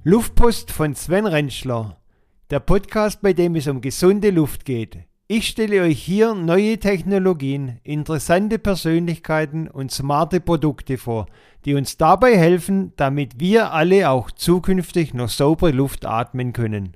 Luftpost von Sven Rentschler, der Podcast, bei dem es um gesunde Luft geht. Ich stelle euch hier neue Technologien, interessante Persönlichkeiten und smarte Produkte vor, die uns dabei helfen, damit wir alle auch zukünftig noch saubere Luft atmen können.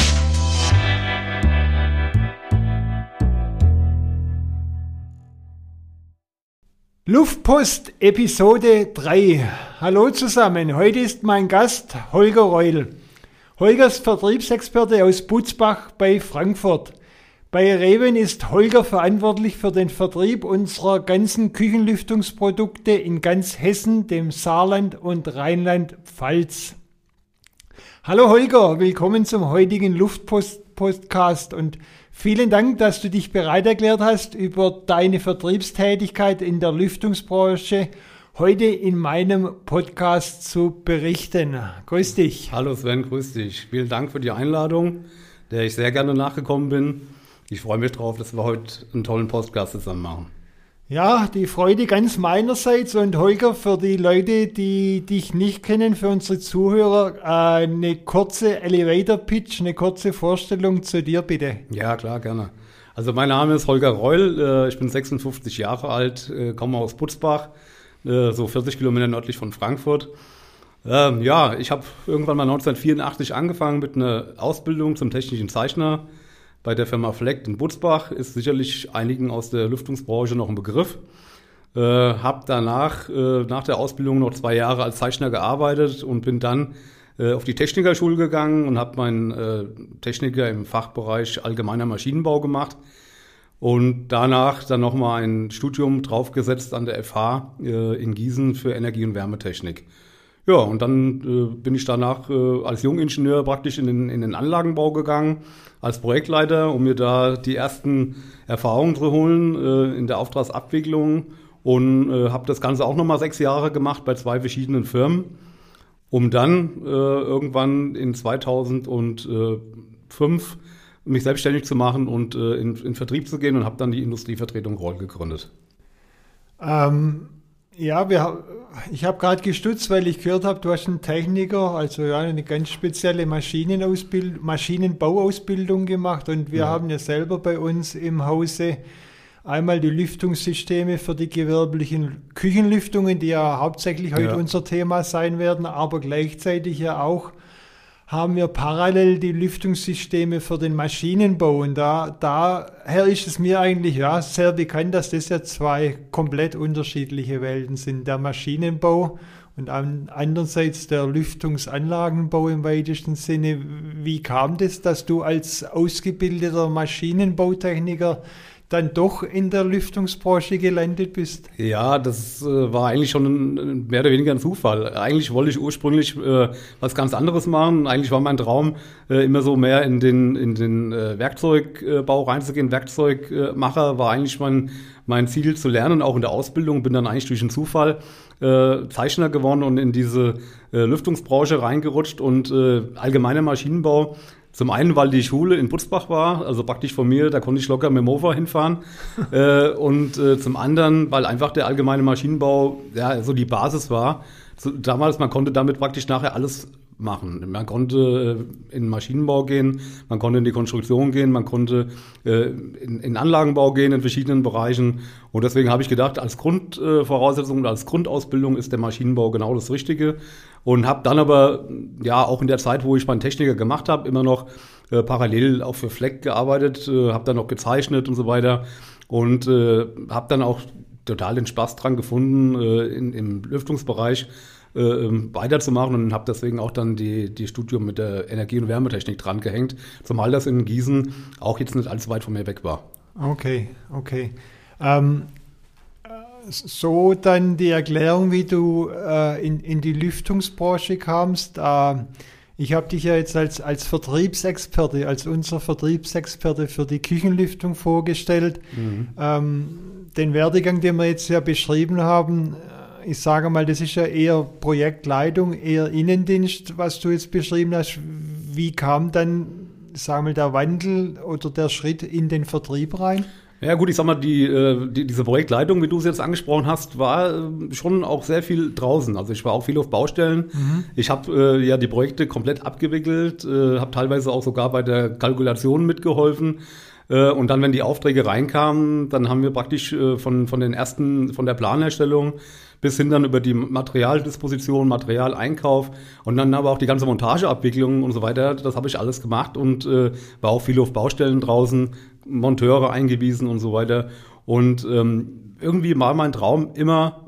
Luftpost Episode 3. Hallo zusammen, heute ist mein Gast Holger Reul. Holger ist Vertriebsexperte aus Butzbach bei Frankfurt. Bei Reven ist Holger verantwortlich für den Vertrieb unserer ganzen Küchenlüftungsprodukte in ganz Hessen, dem Saarland und Rheinland-Pfalz. Hallo Holger, willkommen zum heutigen Luftpost-Podcast und vielen Dank, dass du dich bereit erklärt hast, über deine Vertriebstätigkeit in der Lüftungsbranche heute in meinem Podcast zu berichten. Grüß dich. Hallo Sven, grüß dich. Vielen Dank für die Einladung, der ich sehr gerne nachgekommen bin. Ich freue mich drauf, dass wir heute einen tollen Podcast zusammen machen. Ja, die Freude ganz meinerseits und Holger, für die Leute, die dich nicht kennen, für unsere Zuhörer, eine kurze Elevator-Pitch, eine kurze Vorstellung zu dir bitte. Ja, klar, gerne. Also mein Name ist Holger Reul, ich bin 56 Jahre alt, komme aus Butzbach, so 40 Kilometer nördlich von Frankfurt. Ja, ich habe irgendwann mal 1984 angefangen mit einer Ausbildung zum technischen Zeichner bei der Firma Fleck in Butzbach, ist sicherlich einigen aus der Lüftungsbranche noch ein Begriff. Habe danach, nach der Ausbildung noch 2 Jahre als Zeichner gearbeitet und bin dann auf die Technikerschule gegangen und habe meinen Techniker im Fachbereich allgemeiner Maschinenbau gemacht. Und danach dann nochmal ein Studium draufgesetzt an der FH in Gießen für Energie- und Wärmetechnik. Ja, und dann bin ich danach als Jungingenieur praktisch in den Anlagenbau gegangen, als Projektleiter, um mir da die ersten Erfahrungen zu holen in der Auftragsabwicklung und habe das Ganze auch nochmal 6 Jahre gemacht bei 2 verschiedenen Firmen, um dann irgendwann in 2005 mich selbstständig zu machen und in Vertrieb zu gehen und habe dann die Industrievertretung Reul gegründet. Ja, ich habe gerade gestutzt, weil ich gehört habe, du hast einen Techniker, also ja, eine ganz spezielle Maschinenbauausbildung gemacht und wir haben ja selber bei uns im Hause einmal die Lüftungssysteme für die gewerblichen Küchenlüftungen, die ja hauptsächlich heute unser Thema sein werden, aber gleichzeitig ja auch haben wir parallel die Lüftungssysteme für den Maschinenbau. Und daher ist es mir eigentlich sehr bekannt, dass das ja 2 komplett unterschiedliche Welten sind. Der Maschinenbau und andererseits der Lüftungsanlagenbau im weitesten Sinne. Wie kam das, dass du als ausgebildeter Maschinenbautechniker dann doch in der Lüftungsbranche gelandet bist? Ja, das war eigentlich schon mehr oder weniger ein Zufall. Eigentlich wollte ich ursprünglich was ganz anderes machen. Eigentlich war mein Traum immer so mehr in den Werkzeugbau reinzugehen. Werkzeugmacher war eigentlich mein Ziel zu lernen, auch in der Ausbildung. Bin dann eigentlich durch einen Zufall Zeichner geworden und in diese Lüftungsbranche reingerutscht und allgemeiner Maschinenbau. Zum einen, weil die Schule in Butzbach war, also praktisch von mir, da konnte ich locker mit dem Mofa hinfahren. Und zum anderen, weil einfach der allgemeine Maschinenbau so die Basis war. Damals, man konnte damit praktisch nachher alles machen. Man konnte in den Maschinenbau gehen, man konnte in die Konstruktion gehen, man konnte in Anlagenbau gehen in verschiedenen Bereichen. Und deswegen habe ich gedacht, als Grundvoraussetzung und als Grundausbildung ist der Maschinenbau genau das Richtige. Und habe dann aber, auch in der Zeit, wo ich meinen Techniker gemacht habe, immer noch parallel auch für Fleck gearbeitet, habe dann noch gezeichnet und so weiter. Und habe dann auch total den Spaß dran gefunden, im Lüftungsbereich weiterzumachen und habe deswegen auch dann die Studium mit der Energie- und Wärmetechnik dran gehängt, zumal das in Gießen auch jetzt nicht allzu weit von mir weg war. Okay. So dann die Erklärung, wie du in die Lüftungsbranche kamst. Ich habe dich ja jetzt als Vertriebsexperte, als unser Vertriebsexperte für die Küchenlüftung vorgestellt. Den Werdegang, den wir jetzt ja beschrieben haben, ich sage mal, das ist ja eher Projektleitung, eher Innendienst, was du jetzt beschrieben hast. Wie kam dann, sagen wir mal, der Wandel oder der Schritt in den Vertrieb rein? Ja gut, ich sag mal, diese Projektleitung, wie du es jetzt angesprochen hast, war schon auch sehr viel draußen. Also ich war auch viel auf Baustellen. Ich habe ja die Projekte komplett abgewickelt, habe teilweise auch sogar bei der Kalkulation mitgeholfen. Und dann, wenn die Aufträge reinkamen, dann haben wir praktisch von der Planherstellung bis hin dann über die Materialdisposition, Materialeinkauf und dann aber auch die ganze Montageabwicklung und so weiter, das habe ich alles gemacht und war auch viel auf Baustellen draußen, Monteure eingewiesen und so weiter. Und irgendwie war mein Traum immer,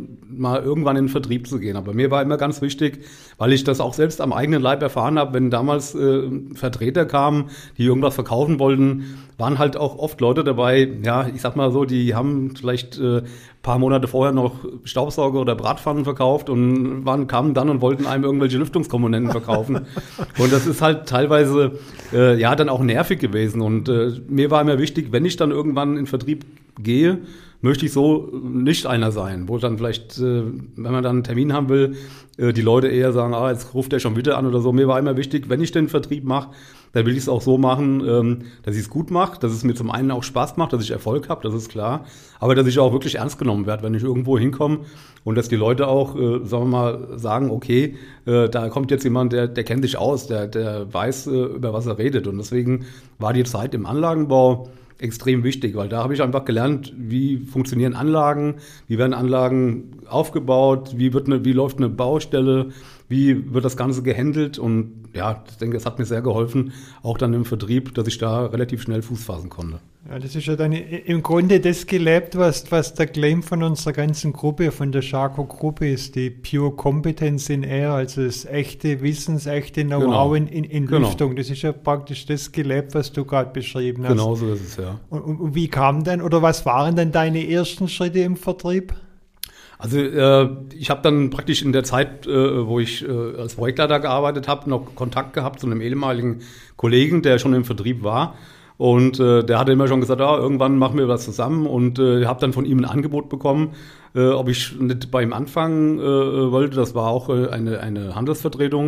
mal irgendwann in den Vertrieb zu gehen. Aber mir war immer ganz wichtig, weil ich das auch selbst am eigenen Leib erfahren habe, wenn damals Vertreter kamen, die irgendwas verkaufen wollten, waren halt auch oft Leute dabei, ja, ich sag mal so, die haben vielleicht paar Monate vorher noch Staubsauger oder Bratpfannen verkauft und kamen dann und wollten einem irgendwelche Lüftungskomponenten verkaufen. Und das ist halt teilweise ja dann auch nervig gewesen. Und mir war immer wichtig, wenn ich dann irgendwann in den Vertrieb gehe, möchte ich so nicht einer sein, wo dann vielleicht, wenn man dann einen Termin haben will, die Leute eher sagen, jetzt ruft der schon wieder an oder so. Mir war immer wichtig, wenn ich den Vertrieb mache, dann will ich es auch so machen, dass ich es gut mache, dass es mir zum einen auch Spaß macht, dass ich Erfolg habe, das ist klar, aber dass ich auch wirklich ernst genommen werde, wenn ich irgendwo hinkomme und dass die Leute auch, sagen wir mal, sagen, okay, da kommt jetzt jemand, der kennt sich aus, der weiß, über was er redet. Und deswegen war die Zeit im Anlagenbau extrem wichtig, weil da habe ich einfach gelernt, wie funktionieren Anlagen, wie werden Anlagen aufgebaut, wie läuft eine Baustelle, wie wird das Ganze gehandelt. Und ja, ich denke, es hat mir sehr geholfen, auch dann im Vertrieb, dass ich da relativ schnell Fuß fassen konnte. Ja, das ist ja dann im Grunde das gelebt, was der Claim von unserer ganzen Gruppe, von der Schako-Gruppe ist, die Pure Competence in Air, also das echte Wissen, das echte Know-how in Lüftung. Das ist ja praktisch das gelebt, was du gerade beschrieben hast. Genau so ist es, ja. Und wie kam denn, oder was waren denn deine ersten Schritte im Vertrieb? Also ich habe dann praktisch in der Zeit, wo ich als Projektleiter gearbeitet habe, noch Kontakt gehabt zu einem ehemaligen Kollegen, der schon im Vertrieb war. Und der hatte immer schon gesagt, irgendwann machen wir was zusammen. Und habe dann von ihm ein Angebot bekommen, ob ich nicht bei ihm anfangen wollte. Das war auch eine Handelsvertretung.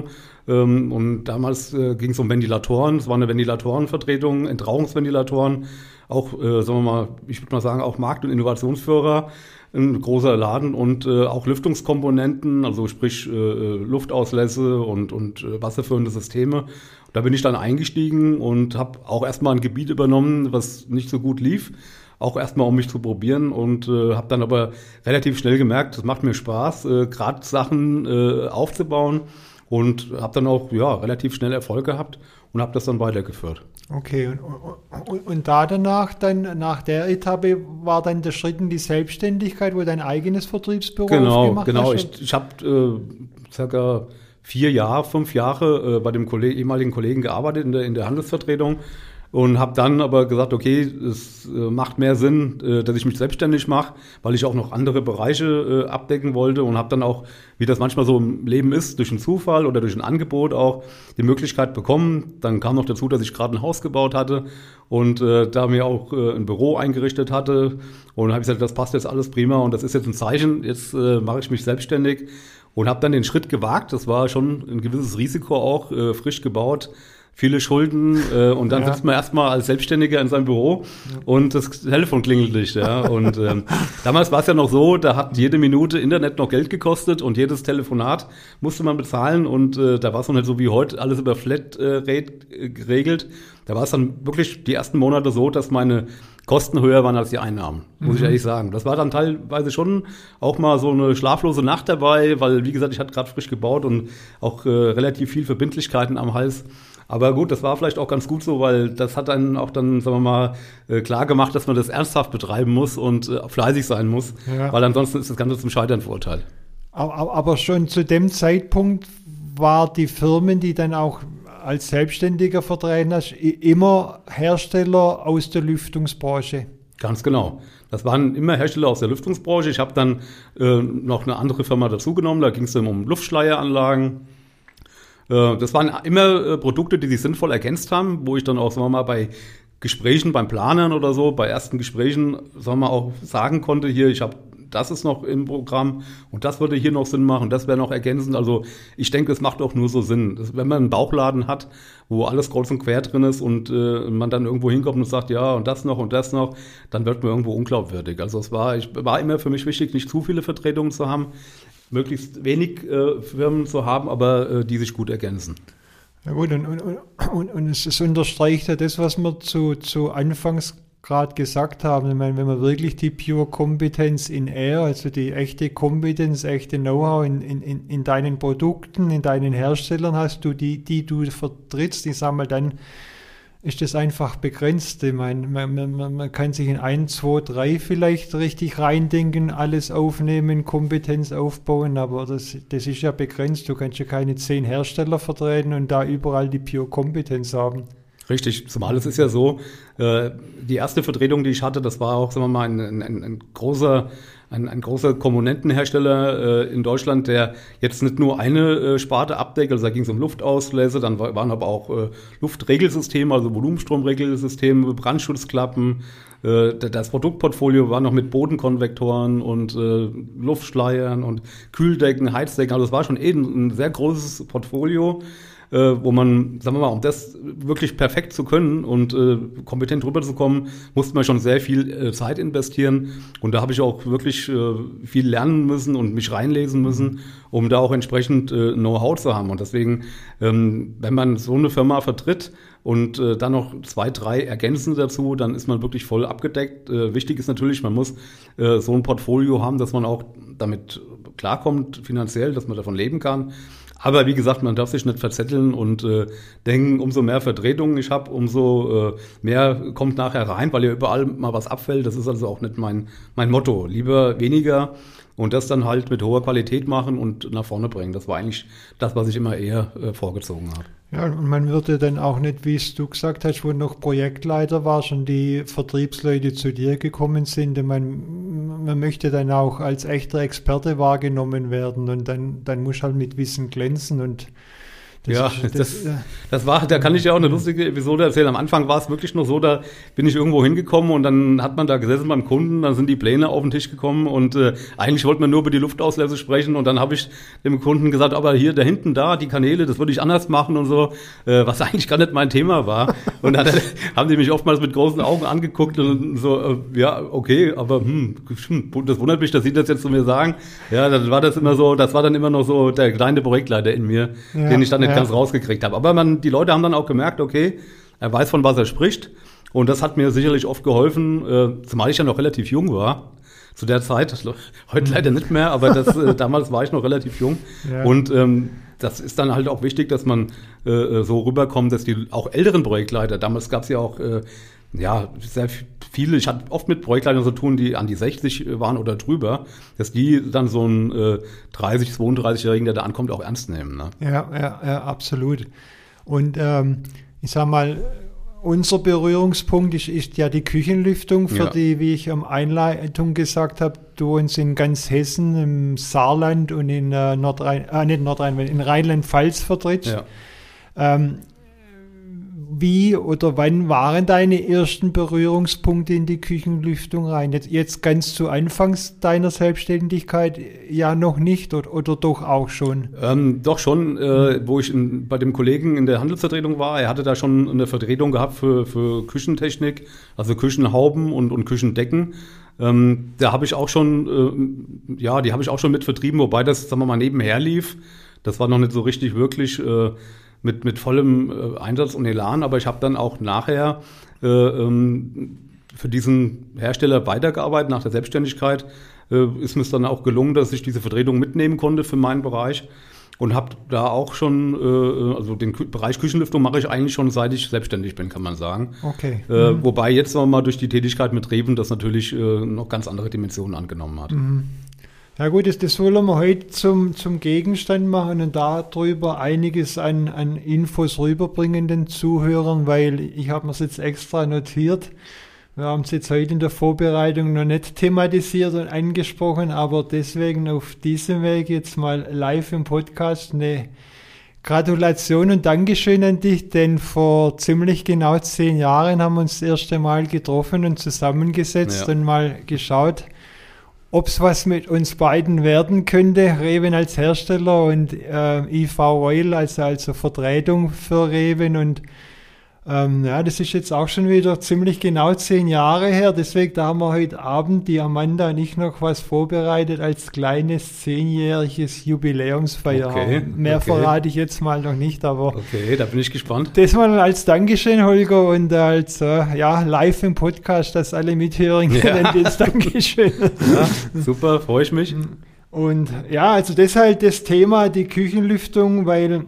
Und damals ging es um Ventilatoren. Es war eine Ventilatorenvertretung, Entrauungsventilatoren. Auch, sagen wir mal, ich würde mal sagen, auch Markt- und Innovationsführer. Ein großer Laden und auch Lüftungskomponenten, also sprich Luftauslässe und wasserführende Systeme. Da bin ich dann eingestiegen und habe auch erstmal ein Gebiet übernommen, was nicht so gut lief. Auch erstmal, um mich zu probieren und habe dann aber relativ schnell gemerkt, es macht mir Spaß, gerade Sachen aufzubauen und habe dann auch relativ schnell Erfolg gehabt und habe das dann weitergeführt. Okay, und danach, dann nach der Etappe, war dann der Schritt in die Selbstständigkeit, wo du dein eigenes Vertriebsbüro aufgemacht hast? Genau. Ich habe circa 5 Jahre bei dem ehemaligen Kollegen gearbeitet in der Handelsvertretung und habe dann aber gesagt, okay, es macht mehr Sinn, dass ich mich selbstständig mache, weil ich auch noch andere Bereiche abdecken wollte und habe dann auch, wie das manchmal so im Leben ist, durch einen Zufall oder durch ein Angebot auch die Möglichkeit bekommen. Dann kam noch dazu, dass ich gerade ein Haus gebaut hatte und da mir auch ein Büro eingerichtet hatte und habe gesagt, das passt jetzt alles prima und das ist jetzt ein Zeichen, jetzt mache ich mich selbstständig und habe dann den Schritt gewagt. Das war schon ein gewisses Risiko auch, frisch gebaut. Viele Schulden und dann sitzt man erstmal als Selbstständiger in seinem Büro und das Telefon klingelt nicht. Ja. Und damals war es ja noch so, da hat jede Minute Internet noch Geld gekostet und jedes Telefonat musste man bezahlen und da war es noch nicht so wie heute, alles über Flatrate geregelt. Da war es dann wirklich die ersten Monate so, dass meine Kosten höher waren als die Einnahmen, muss ich ehrlich sagen. Das war dann teilweise schon auch mal so eine schlaflose Nacht dabei, weil, wie gesagt, ich hatte gerade frisch gebaut und auch relativ viel Verbindlichkeiten am Hals. Aber gut, das war vielleicht auch ganz gut so, weil das hat einen auch dann, sagen wir mal, klar gemacht, dass man das ernsthaft betreiben muss und fleißig sein muss, weil ansonsten ist das Ganze zum Scheitern verurteilt. Aber schon zu dem Zeitpunkt war die Firmen, die dann auch als Selbstständiger vertreten hast, immer Hersteller aus der Lüftungsbranche. Ganz genau. Das waren immer Hersteller aus der Lüftungsbranche. Ich habe dann noch eine andere Firma dazugenommen, da ging es dann um Luftschleieranlagen. Das waren immer Produkte, die sich sinnvoll ergänzt haben, wo ich dann auch, sagen wir mal, bei Gesprächen, beim Planern oder so, bei ersten Gesprächen, sagen wir mal, auch sagen konnte, hier, ich habe das ist noch im Programm und das würde hier noch Sinn machen, das wäre noch ergänzend. Also ich denke, es macht auch nur so Sinn. Wenn man einen Bauchladen hat, wo alles kreuz und quer drin ist und man dann irgendwo hinkommt und sagt, ja, und das noch, dann wird man irgendwo unglaubwürdig. Also war immer für mich wichtig, nicht zu viele Vertretungen zu haben, möglichst wenig Firmen zu haben, aber die sich gut ergänzen. Ja gut, und es unterstreicht ja das, was wir zu Anfangs gerade gesagt haben. Ich meine, wenn man wirklich die Pure Kompetenz in Air, also die echte Kompetenz, echte Know-how in deinen Produkten, in deinen Herstellern hast, die du vertrittst, ich sag mal, dann ist das einfach begrenzt. Ich meine, man kann sich in 1, 2, 3 vielleicht richtig reindenken, alles aufnehmen, Kompetenz aufbauen, aber das ist ja begrenzt. Du kannst ja keine 10 Hersteller vertreten und da überall die Pure Kompetenz haben. Richtig, zumal es ist ja so, die erste Vertretung, die ich hatte, das war auch, sagen wir mal, ein großer Komponentenhersteller in Deutschland, der jetzt nicht nur eine Sparte abdeckt, also da ging es um Luftauslässe, dann waren aber auch Luftregelsysteme, also Volumenstromregelsysteme, Brandschutzklappen. Das Produktportfolio war noch mit Bodenkonvektoren und Luftschleiern und Kühldecken, Heizdecken, also es war schon ein sehr großes Portfolio, wo man, sagen wir mal, um das wirklich perfekt zu können und kompetent rüberzukommen, musste man schon sehr viel Zeit investieren. Und da habe ich auch wirklich viel lernen müssen und mich reinlesen müssen, um da auch entsprechend Know-how zu haben. Und deswegen, wenn man so eine Firma vertritt und dann noch 2, 3 Ergänzende dazu, dann ist man wirklich voll abgedeckt. Wichtig ist natürlich, man muss so ein Portfolio haben, dass man auch damit klarkommt finanziell, dass man davon leben kann. Aber wie gesagt, man darf sich nicht verzetteln und denken, umso mehr Vertretungen ich habe, umso mehr kommt nachher rein, weil ja überall mal was abfällt. Das ist also auch nicht mein Motto. Lieber weniger und das dann halt mit hoher Qualität machen und nach vorne bringen. Das war eigentlich das, was ich immer eher vorgezogen habe. Ja, und man würde dann auch nicht, wie es du gesagt hast, wo du noch Projektleiter warst und die Vertriebsleute zu dir gekommen sind, man möchte dann auch als echter Experte wahrgenommen werden und dann muss halt mit Wissen glänzen und da kann ich ja auch eine lustige Episode erzählen. Am Anfang war es wirklich noch so, da bin ich irgendwo hingekommen und dann hat man da gesessen beim Kunden, dann sind die Pläne auf den Tisch gekommen und eigentlich wollte man nur über die Luftauslässe sprechen und dann habe ich dem Kunden gesagt, aber hier da hinten die Kanäle, das würde ich anders machen und so, was eigentlich gar nicht mein Thema war. Und dann haben die mich oftmals mit großen Augen angeguckt und so, ja, okay, aber das wundert mich, dass Sie das jetzt zu mir sagen. Ja, dann war das war dann immer noch so der kleine Projektleiter in mir, den ich dann nicht ganz rausgekriegt habe. Aber die Leute haben dann auch gemerkt, okay, er weiß, von was er spricht. Und das hat mir sicherlich oft geholfen, zumal ich ja noch relativ jung war zu der Zeit. Heute leider nicht mehr, aber damals war ich noch relativ jung. Ja. Und das ist dann halt auch wichtig, dass man so rüberkommt, dass die auch älteren Projektleiter, damals gab es ja auch sehr viele, ich hatte oft mit Projektleitern zu tun, die an die 60 waren oder drüber, dass die dann so einen 30-, 32-Jährigen, der da ankommt, auch ernst nehmen. Ne? Ja, absolut. Und ich sag mal, unser Berührungspunkt ist ja die Küchenlüftung, für die, wie ich am Einleitung gesagt habe, du uns in ganz Hessen, im Saarland und in in Rheinland-Pfalz vertrittst. Ja. Wie oder wann waren deine ersten Berührungspunkte in die Küchenlüftung rein? Jetzt ganz zu Anfangs deiner Selbstständigkeit ja noch nicht oder doch auch schon? Doch schon, wo ich bei dem Kollegen in der Handelsvertretung war. Er hatte da schon eine Vertretung gehabt für Küchentechnik, also Küchenhauben und Küchendecken. Da habe ich auch schon, die habe ich auch schon mit vertrieben, wobei das, sagen wir mal, nebenher lief. Das war noch nicht so richtig wirklich mit vollem Einsatz und Elan, aber ich habe dann auch nachher für diesen Hersteller weitergearbeitet nach der Selbstständigkeit. Ist mir es dann auch gelungen, dass ich diese Vertretung mitnehmen konnte für meinen Bereich und habe da auch schon, also den Bereich Küchenlüftung mache ich eigentlich schon, seit ich selbstständig bin, kann man sagen. Okay. Wobei jetzt sagen wir mal durch die Tätigkeit mit Reven das natürlich noch ganz andere Dimensionen angenommen hat. Mhm. Ja gut, das wollen wir heute zum Gegenstand machen und darüber einiges an Infos rüberbringen den Zuhörern, weil ich habe mir es jetzt extra notiert. Wir haben es jetzt heute in der Vorbereitung noch nicht thematisiert und angesprochen, aber deswegen auf diesem Weg jetzt mal live im Podcast eine Gratulation und Dankeschön an dich, denn vor ziemlich genau 10 Jahren haben wir uns das erste Mal getroffen und zusammengesetzt und mal geschaut, ob es was mit uns beiden werden könnte, Reven als Hersteller und IV Oil also Vertretung für Reven. Und das ist jetzt auch schon wieder ziemlich genau 10 Jahre her. Deswegen, da haben wir heute Abend, die Amanda und ich, noch was vorbereitet als kleines 10-jähriges Jubiläumsfeier. Okay, Mehr verrate ich jetzt mal noch nicht, aber okay, da bin ich gespannt. Das mal als Dankeschön, Holger, und als live im Podcast, dass alle mithören können. Das Dankeschön. Ja, super, freue ich mich. Und ja, also deshalb das Thema, die Küchenlüftung, weil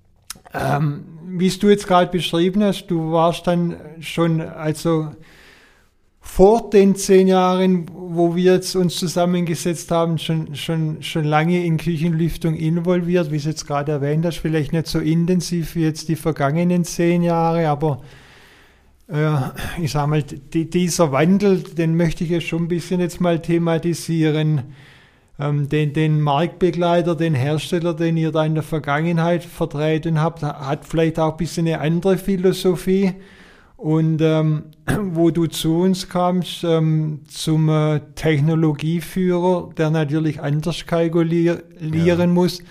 wie es du jetzt gerade beschrieben hast, du warst dann schon, also vor den 10 Jahren, wo wir jetzt uns zusammengesetzt haben, schon lange in Küchenlüftung involviert, wie du es jetzt gerade erwähnt hast, vielleicht nicht so intensiv wie jetzt die vergangenen 10 Jahre, aber ich sage mal, dieser Wandel, den möchte ich ja schon ein bisschen jetzt mal thematisieren. Den Marktbegleiter, den Hersteller, den ihr da in der Vergangenheit vertreten habt, hat vielleicht auch ein bisschen eine andere Philosophie. Und wo du zu uns kamst, zum Technologieführer, der natürlich anders kalkulieren muss,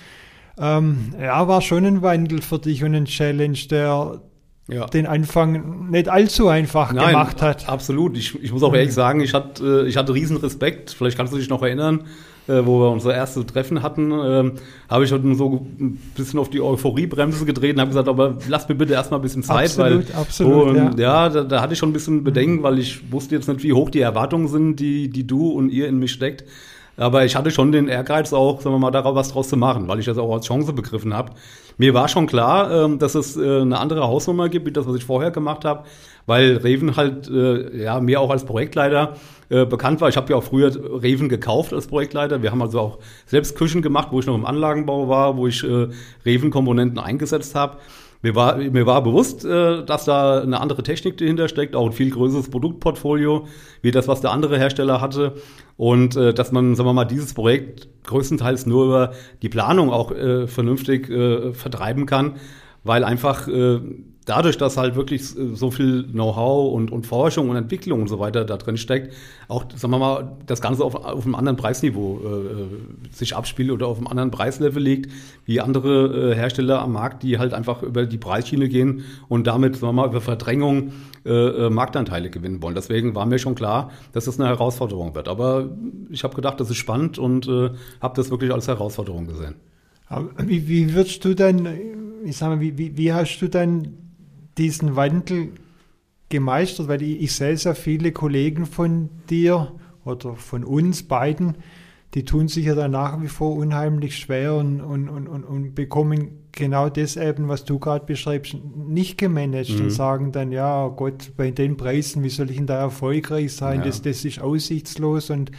war schon ein Wandel für dich und ein Challenge, der den Anfang nicht allzu einfach gemacht hat. Absolut. Ich muss auch ehrlich sagen, ich hatte riesen Respekt. Vielleicht kannst du dich noch erinnern, wo wir unser erstes Treffen hatten, habe ich schon so ein bisschen auf die Euphoriebremse gedreht und habe gesagt, aber lass mir bitte erstmal ein bisschen Zeit. Absolut, da hatte ich schon ein bisschen Bedenken, weil ich wusste jetzt nicht, wie hoch die Erwartungen sind, die du und ihr in mich steckt. Aber ich hatte schon den Ehrgeiz auch, sagen wir mal, darauf was draus zu machen, weil ich das auch als Chance begriffen habe. Mir war schon klar, dass es eine andere Hausnummer gibt, wie das, was ich vorher gemacht habe, weil Reven halt mir auch als Projektleiter bekannt war. Ich habe ja auch früher Reven gekauft als Projektleiter. Wir haben also auch selbst Küchen gemacht, wo ich noch im Anlagenbau war, wo ich Reven-Komponenten eingesetzt habe. Mir war bewusst, dass da eine andere Technik dahinter steckt, auch ein viel größeres Produktportfolio, wie das, was der andere Hersteller hatte. Und dass man, sagen wir mal, dieses Projekt größtenteils nur über die Planung auch vernünftig vertreiben kann, weil einfach dadurch, dass halt wirklich so viel Know-how und Forschung und Entwicklung und so weiter da drin steckt, auch, sagen wir mal, das Ganze auf einem anderen Preisniveau sich abspielt oder auf einem anderen Preislevel liegt, wie andere Hersteller am Markt, die halt einfach über die Preisschiene gehen und damit, sagen wir mal, über Verdrängung Marktanteile gewinnen wollen. Deswegen war mir schon klar, dass das eine Herausforderung wird. Aber ich habe gedacht, das ist spannend und habe das wirklich als Herausforderung gesehen. Aber wie würdest du dann, ich sag mal, wie hast du dann diesen Wandel gemeistert? Weil ich sehe ja viele Kollegen von dir oder von uns beiden, die tun sich ja dann nach wie vor unheimlich schwer und bekommen genau das eben, was du gerade beschreibst, nicht gemanagt und sagen dann, ja Gott, bei den Preisen, wie soll ich denn da erfolgreich sein? Ja. Das ist aussichtslos und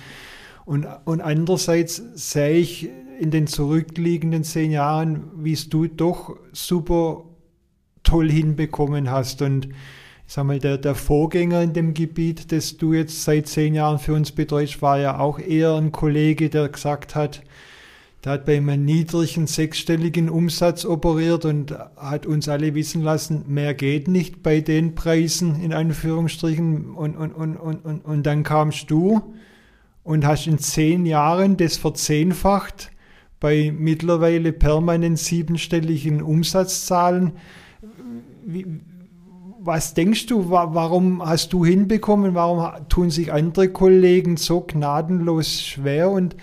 andererseits sehe ich in den zurückliegenden 10 Jahren, wie es du doch super toll hinbekommen hast. Und ich sag mal, der Vorgänger in dem Gebiet, das du jetzt seit 10 Jahren für uns betreust, war ja auch eher ein Kollege, der gesagt hat, der hat bei einem niedrigen 6-stelligen Umsatz operiert und hat uns alle wissen lassen, mehr geht nicht bei den Preisen, in Anführungsstrichen. Und dann kamst du und hast in 10 Jahren das verzehnfacht bei mittlerweile permanent 7-stelligen Umsatzzahlen. Was denkst du, warum hast du hinbekommen, warum tun sich andere Kollegen so gnadenlos schwer und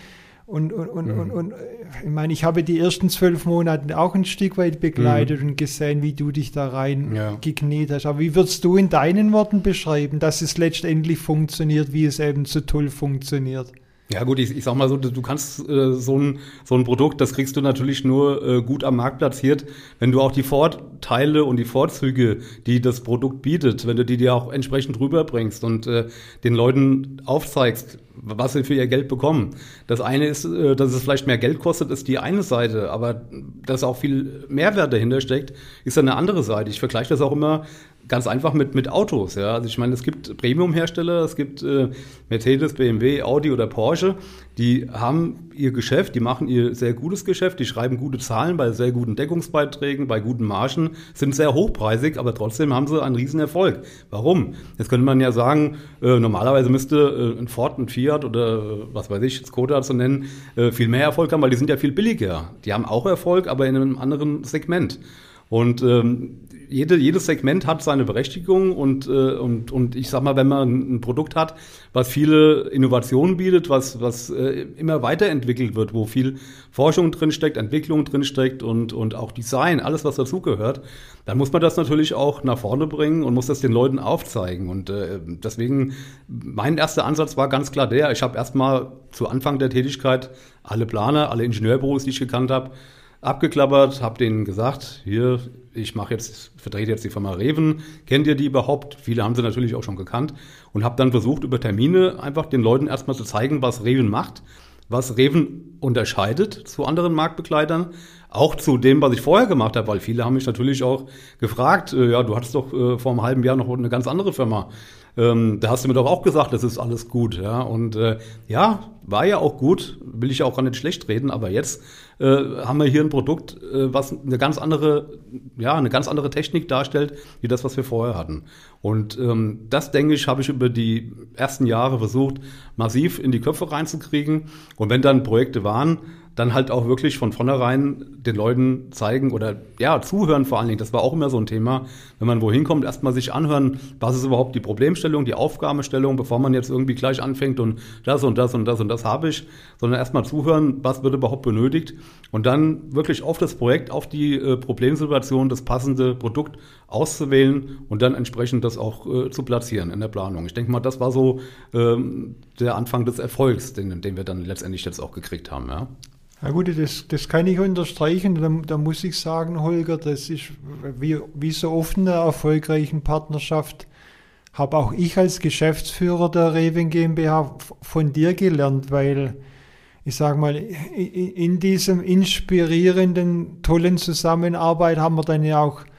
ich meine, ich habe die ersten 12 Monate auch ein Stück weit begleitet und gesehen, wie du dich da rein gekniet hast. Aber wie würdest du in deinen Worten beschreiben, dass es letztendlich funktioniert, wie es eben so toll funktioniert? Ja gut, ich sag mal so, du kannst so ein Produkt, das kriegst du natürlich nur gut am Markt platziert, wenn du auch die Vorteile und die Vorzüge, die das Produkt bietet, wenn du die dir auch entsprechend rüberbringst und den Leuten aufzeigst, was sie für ihr Geld bekommen. Das eine ist, dass es vielleicht mehr Geld kostet, ist die eine Seite, aber dass auch viel Mehrwert dahinter steckt, ist eine andere Seite. Ich vergleiche das auch immer Ganz einfach mit Autos, ja. Also ich meine, es gibt Premium-Hersteller, es gibt Mercedes, BMW, Audi oder Porsche, die haben ihr Geschäft, die machen ihr sehr gutes Geschäft, die schreiben gute Zahlen bei sehr guten Deckungsbeiträgen, bei guten Margen, sind sehr hochpreisig, aber trotzdem haben sie einen riesen Erfolg. Warum? Jetzt könnte man ja sagen, normalerweise müsste ein Ford, ein Fiat oder was weiß ich, Skoda zu nennen, viel mehr Erfolg haben, weil die sind ja viel billiger. Die haben auch Erfolg, aber in einem anderen Segment. Und jedes Segment hat seine Berechtigung und ich sag mal, wenn man ein Produkt hat, was viele Innovationen bietet, was immer weiterentwickelt wird, wo viel Forschung drinsteckt, Entwicklung drinsteckt und auch Design, alles was dazugehört, dann muss man das natürlich auch nach vorne bringen und muss das den Leuten aufzeigen. Und deswegen, mein erster Ansatz war ganz klar ich habe erstmal zu Anfang der Tätigkeit alle Planer, alle Ingenieurbüros, die ich gekannt habe, abgeklappert, habe denen gesagt, hier, ich vertrete jetzt die Firma Reven, kennt ihr die überhaupt? Viele haben sie natürlich auch schon gekannt und habe dann versucht, über Termine einfach den Leuten erstmal zu zeigen, was Reven macht, was Reven unterscheidet zu anderen Marktbegleitern, auch zu dem, was ich vorher gemacht habe, weil viele haben mich natürlich auch gefragt, ja, du hattest doch vor einem halben Jahr noch eine ganz andere Firma. Da hast du mir doch auch gesagt, das ist alles gut, ja. Und ja, war ja auch gut, will ich ja auch gar nicht schlecht reden, aber jetzt haben wir hier ein Produkt, was eine ganz andere Technik darstellt, wie das, was wir vorher hatten. Und das, denke ich, habe ich über die ersten Jahre versucht, massiv in die Köpfe reinzukriegen. Und wenn dann Projekte waren, dann halt auch wirklich von vornherein den Leuten zeigen oder ja, zuhören vor allen Dingen. Das war auch immer so ein Thema. Wenn man wohin kommt, erstmal sich anhören, was ist überhaupt die Problemstellung, die Aufgabenstellung, bevor man jetzt irgendwie gleich anfängt und das und das und das und das habe ich, sondern erstmal zuhören, was wird überhaupt benötigt und dann wirklich auf das Projekt, auf die Problemsituation, das passende Produkt auszuwählen und dann entsprechend das auch zu platzieren in der Planung. Ich denke mal, das war so der Anfang des Erfolgs, den wir dann letztendlich jetzt auch gekriegt haben, ja. Na gut, das kann ich unterstreichen. Da muss ich sagen, Holger, das ist wie so oft in einer erfolgreichen Partnerschaft, habe auch ich als Geschäftsführer der Reven GmbH von dir gelernt, weil ich sage mal, in diesem inspirierenden, tollen Zusammenarbeit haben wir dann ja auch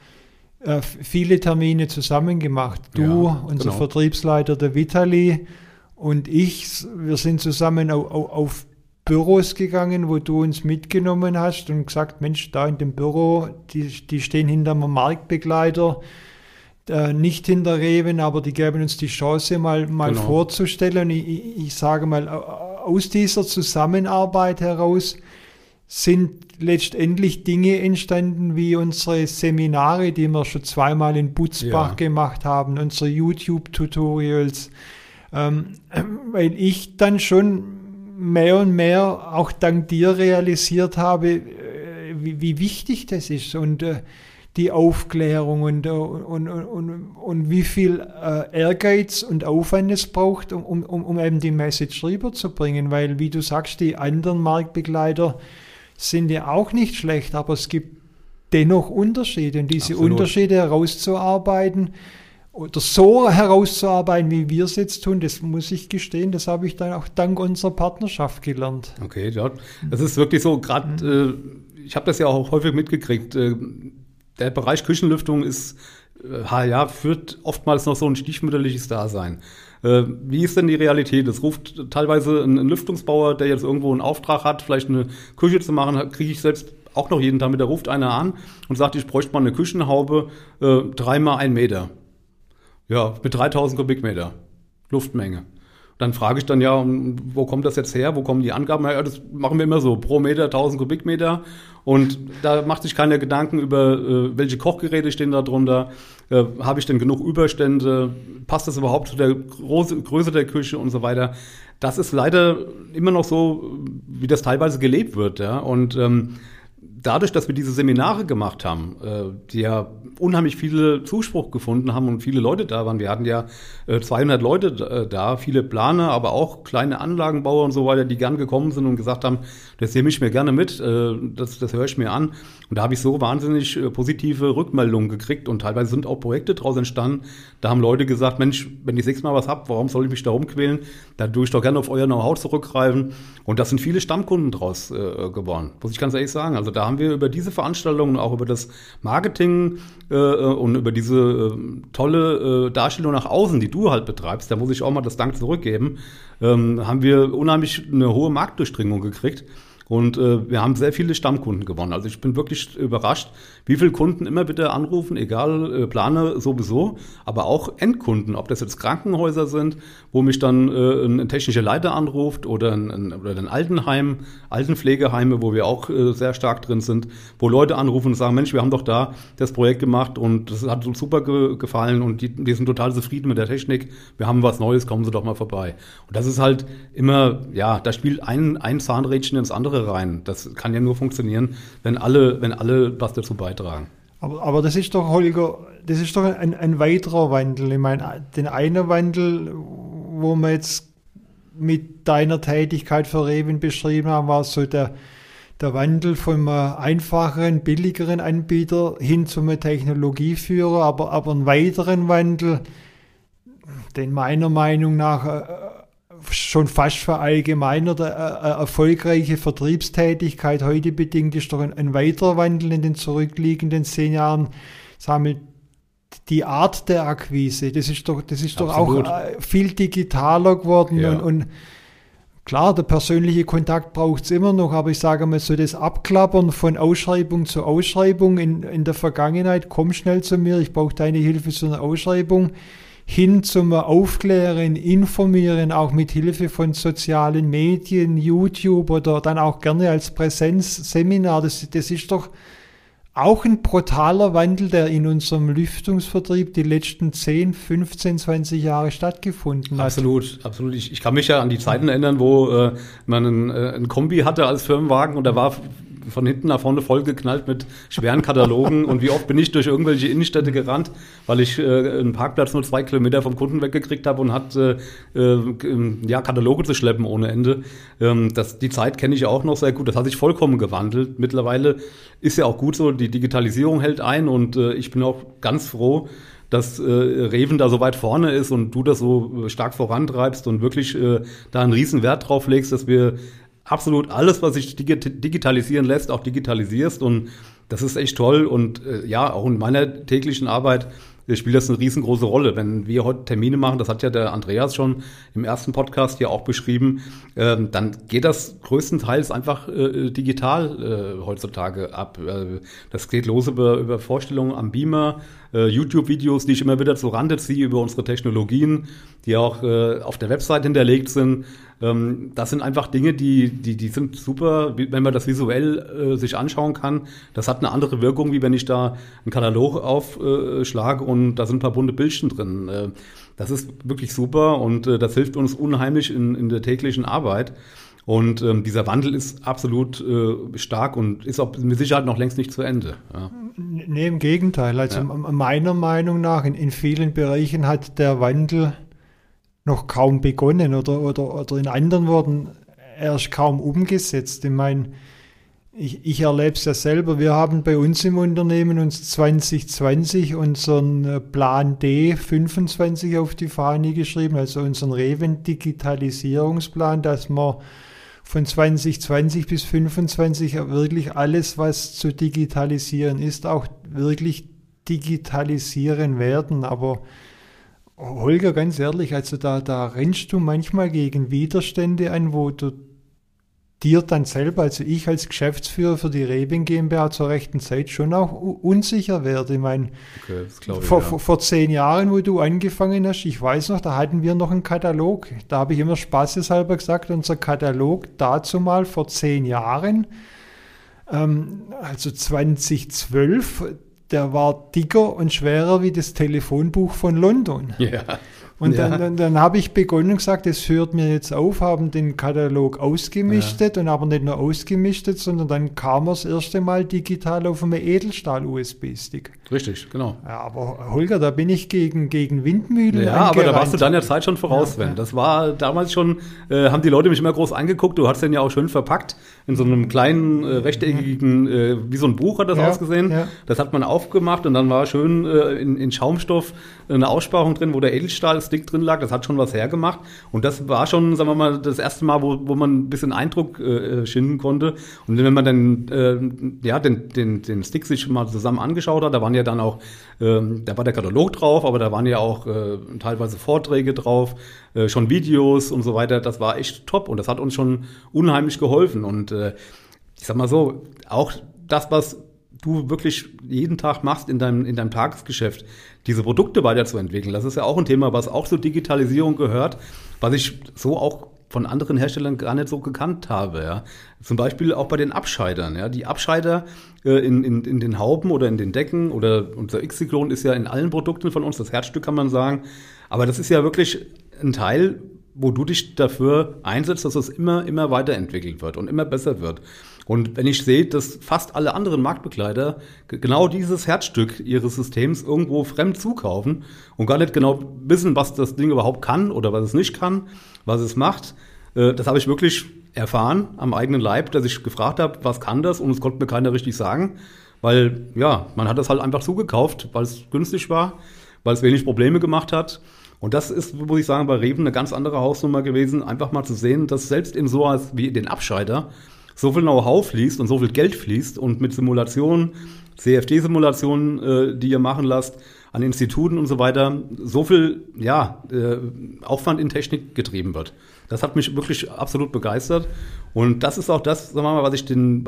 viele Termine zusammen gemacht. Du, ja, unser genau. Vertriebsleiter, der Vitali und ich, wir sind zusammen auf Büros gegangen, wo du uns mitgenommen hast und gesagt, Mensch, da in dem Büro, die stehen hinter einem Marktbegleiter, nicht hinter Reven, aber die geben uns die Chance, mal genau. vorzustellen. Und ich sage mal, aus dieser Zusammenarbeit heraus sind letztendlich Dinge entstanden, wie unsere Seminare, die wir schon zweimal in Butzbach gemacht haben, unsere YouTube-Tutorials, weil ich dann schon mehr und mehr auch dank dir realisiert habe, wie wichtig das ist und die Aufklärung und wie viel Ehrgeiz und Aufwand es braucht, um eben die Message rüberzubringen, weil, wie du sagst, die anderen Marktbegleiter sind ja auch nicht schlecht, aber es gibt dennoch Unterschiede und diese Absolut. Unterschiede herauszuarbeiten oder so herauszuarbeiten, wie wir es jetzt tun, das muss ich gestehen, das habe ich dann auch dank unserer Partnerschaft gelernt. Okay, ja, das ist wirklich so, gerade, ich habe das ja auch häufig mitgekriegt, der Bereich Küchenlüftung führt oftmals noch so ein stiefmütterliches Dasein. Wie ist denn die Realität? Es ruft teilweise ein Lüftungsbauer, der jetzt irgendwo einen Auftrag hat, vielleicht eine Küche zu machen, kriege ich selbst auch noch jeden Tag mit, da ruft einer an und sagt, ich bräuchte mal eine Küchenhaube, 3 mal 1 Meter. Ja, mit 3000 Kubikmeter Luftmenge. Dann frage ich dann ja, wo kommt das jetzt her? Wo kommen die Angaben her? Ja, das machen wir immer so, pro Meter 1000 Kubikmeter. Und da macht sich keiner Gedanken über, welche Kochgeräte stehen da drunter. Habe ich denn genug Überstände? Passt das überhaupt zu der Größe der Küche und so weiter? Das ist leider immer noch so, wie das teilweise gelebt wird. Ja? Und dadurch, dass wir diese Seminare gemacht haben, die ja unheimlich viele Zuspruch gefunden haben und viele Leute da waren. Wir hatten ja 200 Leute da, viele Planer, aber auch kleine Anlagenbauer und so weiter, die gern gekommen sind und gesagt haben, das nehme ich mir gerne mit, das höre ich mir an. Und da habe ich so wahnsinnig positive Rückmeldungen gekriegt und teilweise sind auch Projekte daraus entstanden. Da haben Leute gesagt, Mensch, wenn ich 6 Mal was habe, warum soll ich mich da rumquälen? Da tue ich doch gerne auf euer Know-how zurückgreifen. Und das sind viele Stammkunden draus geworden, muss ich ganz ehrlich sagen. Also da haben wir über diese Veranstaltungen, auch über das Marketing und über diese tolle Darstellung nach außen, die du halt betreibst, da muss ich auch mal das Dank zurückgeben, haben wir unheimlich eine hohe Marktdurchdringung gekriegt. Und wir haben sehr viele Stammkunden gewonnen. Also ich bin wirklich überrascht, wie viele Kunden immer wieder anrufen, egal, Planer sowieso, aber auch Endkunden, ob das jetzt Krankenhäuser sind, wo mich dann ein technischer Leiter anruft oder ein Altenheim, Altenpflegeheime, wo wir auch sehr stark drin sind, wo Leute anrufen und sagen, Mensch, wir haben doch da das Projekt gemacht und das hat uns super gefallen und die sind total zufrieden mit der Technik, wir haben was Neues, kommen Sie doch mal vorbei. Und das ist halt immer, ja, da spielt ein Zahnrädchen ins andere rein. Das kann ja nur funktionieren, wenn alle was dazu beitragen. Aber das ist doch, Holger, das ist doch ein weiterer Wandel. Ich meine, den einen Wandel, wo wir jetzt mit deiner Tätigkeit für Revin beschrieben haben, war so der Wandel vom einfacheren, billigeren Anbieter hin zum Technologieführer, aber einen weiteren Wandel, den meiner Meinung nach schon fast verallgemeinert, erfolgreiche Vertriebstätigkeit heute bedingt, ist doch ein weiterer Wandel in den zurückliegenden 10 Jahren. Sagen wir, die Art der Akquise, das ist doch auch viel digitaler geworden. Ja. Und klar, der persönliche Kontakt braucht es immer noch, aber ich sage mal so, das Abklappern von Ausschreibung zu Ausschreibung in der Vergangenheit, komm schnell zu mir, ich brauche deine Hilfe zu einer Ausschreibung, hin zum Aufklären, Informieren, auch mit Hilfe von sozialen Medien, YouTube oder dann auch gerne als Präsenzseminar. Das ist doch auch ein brutaler Wandel, der in unserem Lüftungsvertrieb die letzten 10, 15, 20 Jahre stattgefunden hat. Absolut. Ich kann mich ja an die Zeiten erinnern, wo man ein Kombi hatte als Firmenwagen und da war von hinten nach vorne vollgeknallt mit schweren Katalogen und wie oft bin ich durch irgendwelche Innenstädte gerannt, weil ich einen Parkplatz nur 2 Kilometer vom Kunden weggekriegt habe und hatte Kataloge zu schleppen ohne Ende. Die Zeit kenne ich auch noch sehr gut. Das hat sich vollkommen gewandelt. Mittlerweile ist ja auch gut so, die Digitalisierung hält ein und ich bin auch ganz froh, dass Revin da so weit vorne ist und du das so stark vorantreibst und wirklich da einen riesen Wert drauf legst, dass wir absolut alles, was sich digitalisieren lässt, auch digitalisierst und das ist echt toll und auch in meiner täglichen Arbeit spielt das eine riesengroße Rolle. Wenn wir heute Termine machen, das hat ja der Andreas schon im ersten Podcast hier auch beschrieben, dann geht das größtenteils einfach digital heutzutage ab. Das geht los über Vorstellungen am Beamer, YouTube-Videos, die ich immer wieder zur Rande ziehe über unsere Technologien, die auch auf der Website hinterlegt sind. Das sind einfach Dinge, die sind super, wenn man das visuell sich anschauen kann. Das hat eine andere Wirkung, wie wenn ich da einen Katalog aufschlage und da sind ein paar bunte Bildchen drin. Das ist wirklich super und das hilft uns unheimlich in der täglichen Arbeit. Und dieser Wandel ist absolut stark und ist auch mit Sicherheit noch längst nicht zu Ende. Ja. Nee, im Gegenteil. Also meiner Meinung nach, in vielen Bereichen hat der Wandel noch kaum begonnen oder in anderen Worten erst kaum umgesetzt. Ich meine, ich erlebe es ja selber. Wir haben bei uns im Unternehmen uns 2020 unseren Plan D 25 auf die Fahne geschrieben, also unseren Revin Digitalisierungsplan, dass wir von 2020 bis 2025 wirklich alles, was zu digitalisieren ist, auch wirklich digitalisieren werden. Aber Holger, ganz ehrlich, also da rennst du manchmal gegen Widerstände an, wo du dir dann selber, also ich als Geschäftsführer für die Revin GmbH zur rechten Zeit schon auch unsicher werde. Ich meine, vor 10 Jahren, wo du angefangen hast, ich weiß noch, da hatten wir noch einen Katalog. Da habe ich immer spaßeshalber gesagt, unser Katalog dazu mal vor 10 Jahren, also 2012, der war dicker und schwerer wie das Telefonbuch von London. Ja. Und dann habe ich begonnen und gesagt, es hört mir jetzt auf, haben den Katalog ausgemistet und aber nicht nur ausgemistet, sondern dann kam er das erste Mal digital auf einem Edelstahl-USB-Stick. Richtig, genau. Ja, aber Holger, da bin ich gegen Windmühlen Ja, aber da warst du deiner Zeit schon voraus, Sven. Das war damals schon, haben die Leute mich immer groß angeguckt, du hast den ja auch schön verpackt, in so einem kleinen, rechteckigen, wie so ein Buch hat das ausgesehen. Ja. Das hat man aufgemacht und dann war schön in Schaumstoff eine Aussparung drin, wo der Edelstahl-Stick Stick drin lag, das hat schon was hergemacht. Und das war schon, sagen wir mal, das erste Mal, wo man ein bisschen Eindruck schinden konnte. Und wenn man dann den Stick sich mal zusammen angeschaut hat, da waren ja dann auch, da war der Katalog drauf, aber da waren ja auch teilweise Vorträge drauf, schon Videos und so weiter. Das war echt top und das hat uns schon unheimlich geholfen. Und ich sag mal so, auch das, was du wirklich jeden Tag machst in deinem Tagesgeschäft, diese Produkte weiterzuentwickeln, das ist ja auch ein Thema, was auch zur Digitalisierung gehört, was ich so auch von anderen Herstellern gar nicht so gekannt habe. Ja. Zum Beispiel auch bei den Abscheidern. Ja. Die Abscheider in den Hauben oder in den Decken oder unser X-Cyclone ist ja in allen Produkten von uns das Herzstück, kann man sagen. Aber das ist ja wirklich ein Teil, wo du dich dafür einsetzt, dass es immer weiterentwickelt wird und immer besser wird. Und wenn ich sehe, dass fast alle anderen Marktbegleiter genau dieses Herzstück ihres Systems irgendwo fremd zukaufen und gar nicht genau wissen, was das Ding überhaupt kann oder was es nicht kann, was es macht, das habe ich wirklich erfahren am eigenen Leib, dass ich gefragt habe, was kann das? Und es konnte mir keiner richtig sagen, weil ja, man hat das halt einfach zugekauft, weil es günstig war, weil es wenig Probleme gemacht hat. Und das ist, muss ich sagen, bei Reven eine ganz andere Hausnummer gewesen, einfach mal zu sehen, dass selbst in sowas wie den Abscheider so viel Know-how fließt und so viel Geld fließt und mit Simulationen, CFD-Simulationen, die ihr machen lasst, an Instituten und so weiter, so viel Aufwand in Technik getrieben wird. Das hat mich wirklich absolut begeistert. Und das ist auch das, sagen wir mal, was ich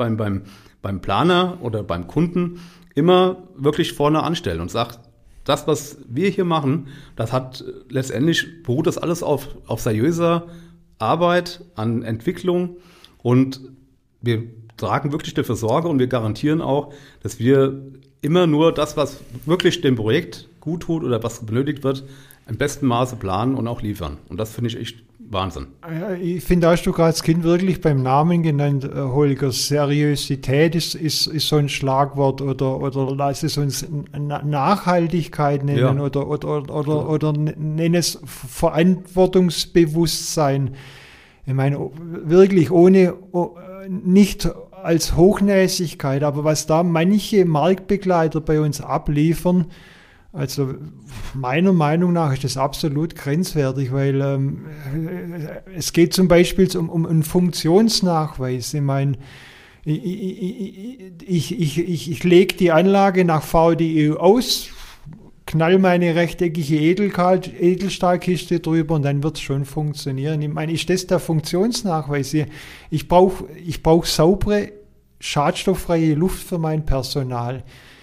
beim Planer oder beim Kunden immer wirklich vorne anstelle und sage, das, was wir hier machen, das hat letztendlich, beruht das alles auf seriöser Arbeit an Entwicklung und wir tragen wirklich dafür Sorge und wir garantieren auch, dass wir immer nur das, was wirklich dem Projekt gut tut oder was benötigt wird, im besten Maße planen und auch liefern. Und das finde ich echt Wahnsinn. Ich finde, da hast du gerade das Kind wirklich beim Namen genannt, Holger. Seriosität ist so ein Schlagwort oder lass es uns Nachhaltigkeit nennen oder nenn es Verantwortungsbewusstsein. Ich meine, wirklich nicht als Hochnäsigkeit, aber was da manche Marktbegleiter bei uns abliefern, also meiner Meinung nach ist das absolut grenzwertig, weil es geht zum Beispiel um einen Funktionsnachweis. Ich meine, ich lege die Anlage nach VDE aus, knall meine rechteckige Edelstahlkiste drüber und dann wird es schon funktionieren. Ich meine, ist das der Funktionsnachweis? Ich brauche saubere, schadstofffreie Luft für mein Personal.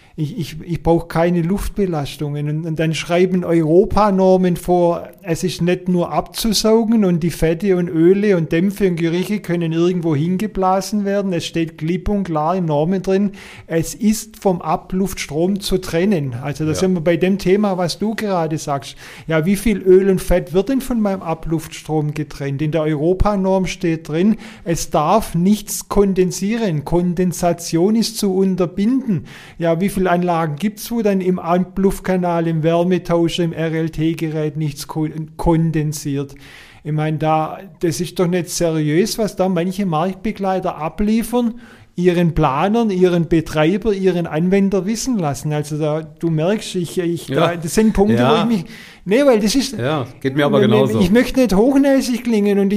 Ich brauche keine Luftbelastungen. Und dann schreiben Europanormen vor, es ist nicht nur abzusaugen und die Fette und Öle und Dämpfe und Gerüche können irgendwo hingeblasen werden. Es steht klipp und klar in Normen drin, es ist vom Abluftstrom zu trennen. Also da sind wir bei dem Thema, was du gerade sagst. Ja, wie viel Öl und Fett wird denn von meinem Abluftstrom getrennt? In der Europanorm steht drin, es darf nichts kondensieren. Kondensation ist zu unterbinden. Ja, wie viele Anlagen gibt es, wo dann im Abluftkanal, im Wärmetauscher, im RLT-Gerät nichts kondensiert? Ich meine, das ist doch nicht seriös, was da manche Marktbegleiter abliefern, ihren Planern, ihren Betreiber, ihren Anwender wissen lassen. Also du merkst, das sind Punkte, wo ich mich... Nee, weil das ist... Ja, geht mir aber genauso. Ich möchte nicht hochnäsig klingen und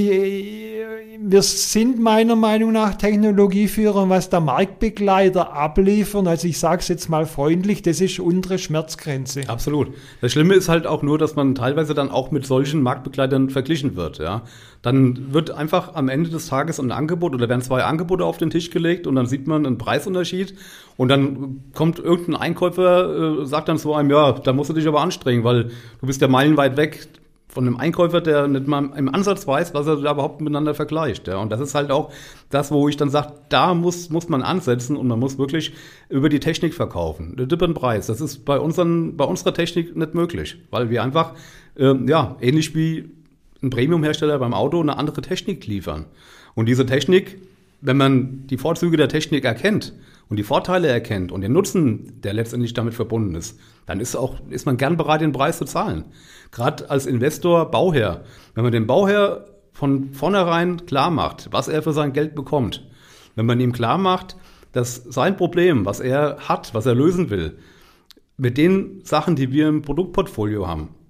wir sind meiner Meinung nach Technologieführer, was der Marktbegleiter abliefern, also ich sage es jetzt mal freundlich, das ist unsere Schmerzgrenze. Absolut. Das Schlimme ist halt auch nur, dass man teilweise dann auch mit solchen Marktbegleitern verglichen wird. Ja. Dann wird einfach am Ende des Tages ein Angebot oder werden 2 Angebote auf den Tisch gelegt und dann sieht man einen Preisunterschied und dann kommt irgendein Einkäufer, sagt dann zu einem, ja, da musst du dich aber anstrengen, weil du bist ja meilenweit weg von einem Einkäufer, der nicht mal im Ansatz weiß, was er da überhaupt miteinander vergleicht. Ja. Und das ist halt auch das, wo ich dann sage, da muss man ansetzen und man muss wirklich über die Technik verkaufen. Der Preis, das ist bei unserer Technik nicht möglich, weil wir einfach, ähnlich wie ein Premium-Hersteller beim Auto, eine andere Technik liefern. Und diese Technik, wenn man die Vorzüge der Technik erkennt und die Vorteile erkennt und den Nutzen, der letztendlich damit verbunden ist, dann ist man gern bereit, den Preis zu zahlen. Gerade als Investor, Bauherr, wenn man dem Bauherr von vornherein klar macht, was er für sein Geld bekommt, wenn man ihm klar macht, dass sein Problem, was er hat, was er lösen will, mit den Sachen, die wir im Produktportfolio haben,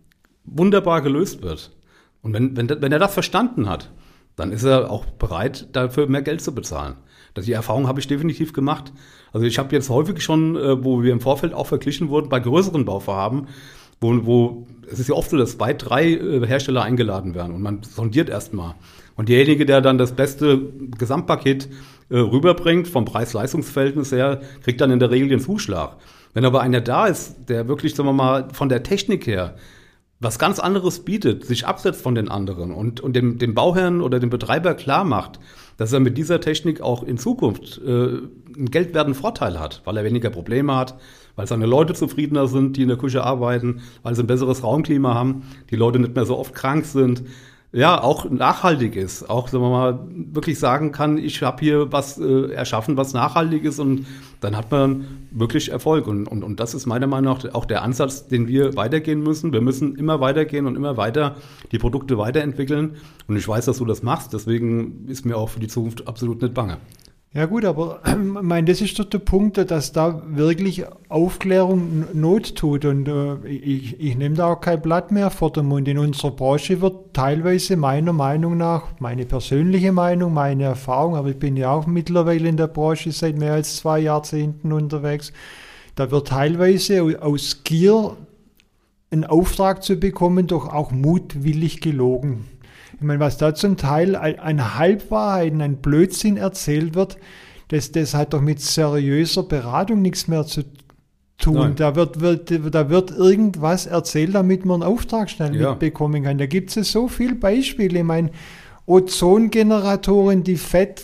wunderbar gelöst wird. Und wenn er das verstanden hat, dann ist er auch bereit, dafür mehr Geld zu bezahlen. Die Erfahrung habe ich definitiv gemacht. Also ich habe jetzt häufig schon, wo wir im Vorfeld auch verglichen wurden, bei größeren Bauvorhaben, wo es ist ja oft so, dass 2, 3 Hersteller eingeladen werden und man sondiert erstmal. Und derjenige, der dann das beste Gesamtpaket rüberbringt, vom Preis-Leistungs-Verhältnis her, kriegt dann in der Regel den Zuschlag. Wenn aber einer da ist, der wirklich, sagen wir mal, von der Technik her was ganz anderes bietet, sich absetzt von den anderen und dem Bauherrn oder dem Betreiber klar macht, dass er mit dieser Technik auch in Zukunft einen geldwerten Vorteil hat, weil er weniger Probleme hat, weil seine Leute zufriedener sind, die in der Küche arbeiten, weil sie ein besseres Raumklima haben, die Leute nicht mehr so oft krank sind, ja, auch nachhaltig ist, auch, sagen wir mal, wirklich sagen kann, ich habe hier was erschaffen, was nachhaltig ist und dann hat man wirklich Erfolg und das ist meiner Meinung nach auch der Ansatz, den wir weitergehen müssen. Wir müssen immer weitergehen und immer weiter die Produkte weiterentwickeln und ich weiß, dass du das machst, deswegen ist mir auch für die Zukunft absolut nicht bange. Ja gut, aber das ist doch der Punkt, dass da wirklich Aufklärung Not tut und ich nehme da auch kein Blatt mehr vor den Mund. In unserer Branche wird teilweise meiner Meinung nach, meine persönliche Meinung, meine Erfahrung, aber ich bin ja auch mittlerweile in der Branche seit mehr als 2 Jahrzehnten unterwegs, da wird teilweise aus Gier einen Auftrag zu bekommen, doch auch mutwillig gelogen. Ich meine, was da zum Teil an Halbwahrheiten, an Blödsinn erzählt wird, das hat doch mit seriöser Beratung nichts mehr zu tun. Nein. Da wird irgendwas erzählt, damit man einen Auftrag schnell mitbekommen kann. Da gibt es so viele Beispiele. Ich meine, Ozongeneratoren, die Fett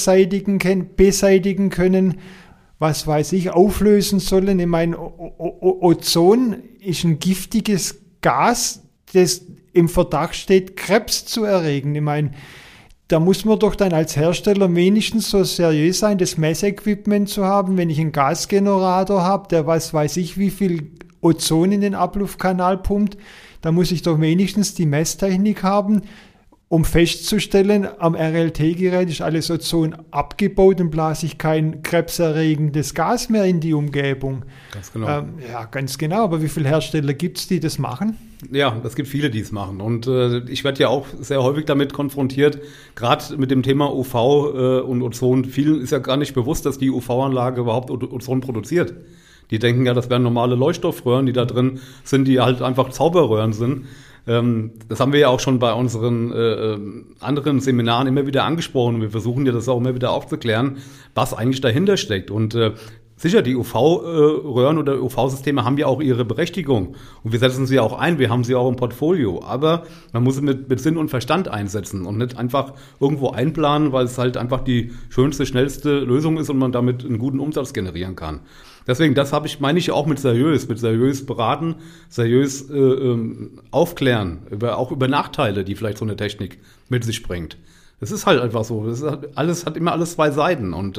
beseitigen können, was weiß ich, auflösen sollen. Ich meine, Ozon ist ein giftiges Gas, das im Verdacht steht, Krebs zu erregen. Ich meine, da muss man doch dann als Hersteller wenigstens so seriös sein, das Messequipment zu haben, wenn ich einen Gasgenerator habe, der was weiß ich, wie viel Ozon in den Abluftkanal pumpt, da muss ich doch wenigstens die Messtechnik haben, um festzustellen, am RLT-Gerät ist alles Ozon abgebaut und blase ich kein krebserregendes Gas mehr in die Umgebung. Ganz genau. Ja, ganz genau. Aber wie viele Hersteller gibt es, die das machen? Ja, es gibt viele, die es machen. Und ich werde ja auch sehr häufig damit konfrontiert, gerade mit dem Thema UV und Ozon. Vielen ist ja gar nicht bewusst, dass die UV-Anlage überhaupt Ozon produziert. Die denken ja, das wären normale Leuchtstoffröhren, die da drin sind, die halt einfach Zauberröhren sind. Das haben wir ja auch schon bei unseren anderen Seminaren immer wieder angesprochen. Wir versuchen ja das auch immer wieder aufzuklären, was eigentlich dahinter steckt. Und sicher, die UV-Röhren oder UV-Systeme haben ja auch ihre Berechtigung. Und wir setzen sie auch ein, wir haben sie auch im Portfolio. Aber man muss sie mit Sinn und Verstand einsetzen und nicht einfach irgendwo einplanen, weil es halt einfach die schönste, schnellste Lösung ist und man damit einen guten Umsatz generieren kann. Deswegen, das meine ich auch mit seriös beraten, seriös aufklären, auch über Nachteile, die vielleicht so eine Technik mit sich bringt. Das ist halt einfach so. Hat immer alles 2 Seiten. Und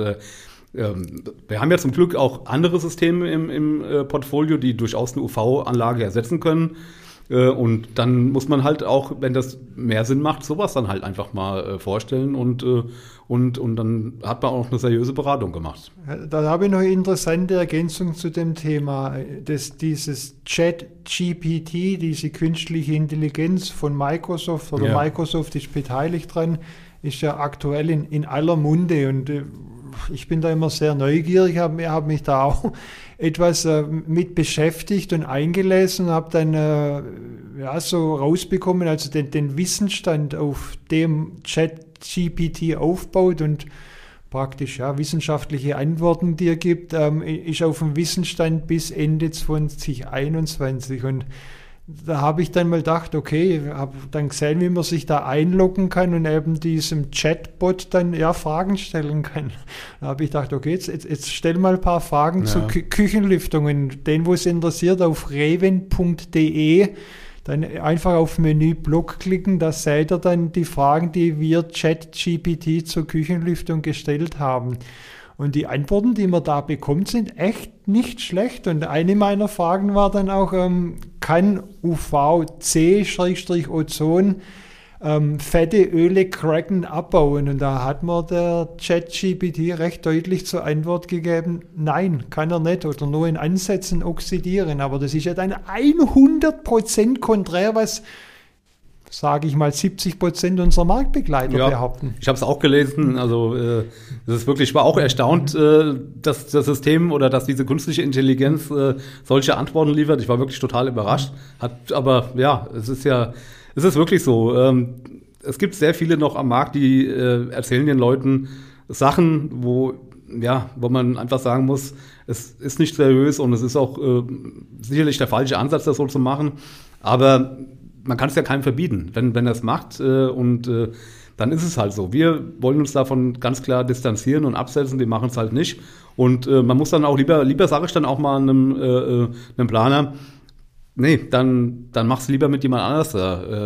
wir haben ja zum Glück auch andere Systeme im Portfolio, die durchaus eine UV-Anlage ersetzen können. Und dann muss man halt auch, wenn das mehr Sinn macht, sowas dann halt einfach mal vorstellen und dann hat man auch eine seriöse Beratung gemacht. Da habe ich noch eine interessante Ergänzung zu dem Thema. Dieses ChatGPT, diese künstliche Intelligenz von Microsoft oder Microsoft ist beteiligt dran, ist ja aktuell in aller Munde und ich bin da immer sehr neugierig, habe mich da auch etwas mit beschäftigt und eingelesen und habe dann so rausbekommen, also den Wissensstand, auf dem ChatGPT aufbaut und praktisch wissenschaftliche Antworten dir gibt, ist auf dem Wissensstand bis Ende 2021 und da habe ich dann mal gedacht, okay, habe dann gesehen, wie man sich da einloggen kann und eben diesem Chatbot dann Fragen stellen kann. Da habe ich gedacht, okay, jetzt stell mal ein paar Fragen zu Küchenlüftungen. Den, wo es interessiert, auf reven.de, dann einfach auf Menü Blog klicken, da seht ihr dann die Fragen, die wir ChatGPT zur Küchenlüftung gestellt haben. Und die Antworten, die man da bekommt, sind echt nicht schlecht. Und eine meiner Fragen war dann auch, kann UVC-Ozon fette Öle cracken, abbauen. Und da hat mir der ChatGPT recht deutlich zur Antwort gegeben, nein, kann er nicht oder nur in Ansätzen oxidieren. Aber das ist ja dann 100% konträr, was, sage ich mal, 70% unserer Marktbegleiter behaupten. Ich habe es auch gelesen, also das ist wirklich, ich war auch erstaunt, dass das System oder dass diese künstliche Intelligenz solche Antworten liefert. Ich war wirklich total überrascht. Aber ja, es ist wirklich so. Es gibt sehr viele noch am Markt, die erzählen den Leuten Sachen, wo man einfach sagen muss, es ist nicht seriös und es ist auch sicherlich der falsche Ansatz, das so zu machen. Aber man kann es ja keinem verbieten, wenn er es macht dann ist es halt so. Wir wollen uns davon ganz klar distanzieren und absetzen, wir machen es halt nicht. Und man muss dann auch lieber sage ich dann auch mal einem Planer, nee, dann mach's lieber mit jemand anders.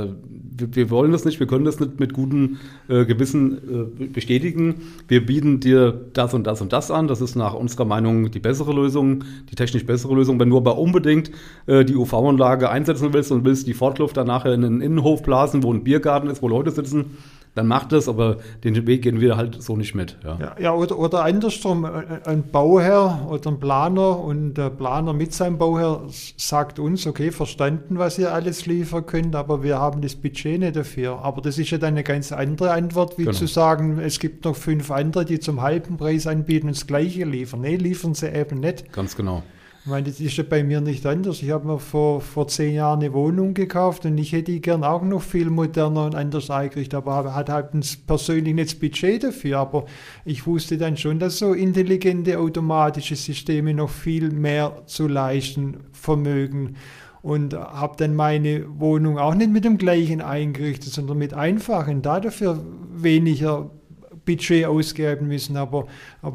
Wir wollen das nicht, wir können das nicht mit gutem Gewissen bestätigen. Wir bieten dir das und das und das an. Das ist nach unserer Meinung die bessere Lösung, die technisch bessere Lösung. Wenn du aber unbedingt die UV-Anlage einsetzen willst und willst die Fortluft dann nachher in einen Innenhof blasen, wo ein Biergarten ist, wo Leute sitzen, dann macht das, aber den Weg gehen wir halt so nicht mit. Ja, oder andersrum, ein Bauherr oder ein Planer und der Planer mit seinem Bauherr sagt uns, okay, verstanden, was ihr alles liefern könnt, aber wir haben das Budget nicht dafür. Aber das ist ja dann eine ganz andere Antwort, wie zu sagen, es gibt noch 5 andere, die zum halben Preis anbieten und das Gleiche liefern. Nee, liefern sie eben nicht. Ganz genau. Ich meine, das ist ja bei mir nicht anders. Ich habe mir vor 10 Jahren eine Wohnung gekauft und ich hätte die gern auch noch viel moderner und anders eingerichtet, aber hat halt persönlich nicht das Budget dafür. Aber ich wusste dann schon, dass so intelligente automatische Systeme noch viel mehr zu leisten vermögen. Und habe dann meine Wohnung auch nicht mit dem gleichen eingerichtet, sondern mit einfachen, da dafür weniger Budget ausgeben müssen. Aber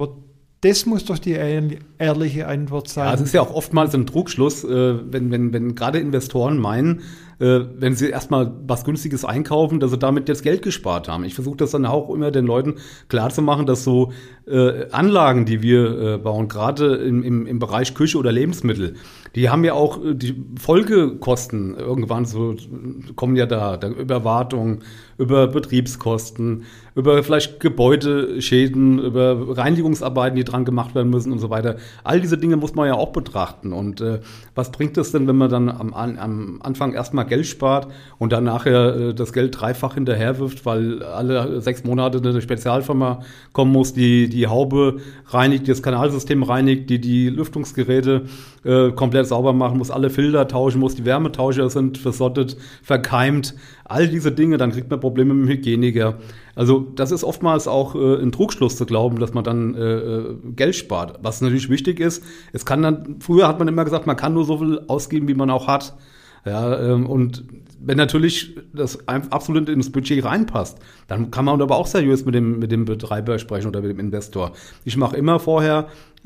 das muss doch die ehrliche Antwort sein. Ja, es ist ja auch oftmals ein Trugschluss, wenn gerade Investoren meinen, wenn sie erstmal was Günstiges einkaufen, dass sie damit jetzt Geld gespart haben. Ich versuche das dann auch immer den Leuten klarzumachen, dass so Anlagen, die wir bauen, gerade im Bereich Küche oder Lebensmittel, die haben ja auch die Folgekosten irgendwann so, kommen ja da über Wartung, über Betriebskosten, über vielleicht Gebäudeschäden, über Reinigungsarbeiten, die dran gemacht werden müssen und so weiter. All diese Dinge muss man ja auch betrachten. Und was bringt es denn, wenn man dann am Anfang erstmal Geld spart und dann nachher das Geld dreifach hinterherwirft, weil alle 6 Monate eine Spezialfirma kommen muss, die Haube reinigt, das Kanalsystem reinigt, die Lüftungsgeräte komplett sauber machen muss, alle Filter tauschen muss, die Wärmetauscher sind versottet, verkeimt, all diese Dinge, dann kriegt man Probleme mit dem Hygieniker. Also das ist oftmals auch ein Trugschluss zu glauben, dass man dann Geld spart. Was natürlich wichtig ist, früher hat man immer gesagt, man kann nur so viel ausgeben, wie man auch hat. Ja, und wenn natürlich das absolut ins Budget reinpasst, dann kann man aber auch seriös mit dem Betreiber sprechen oder mit dem Investor. Ich mache immer vorher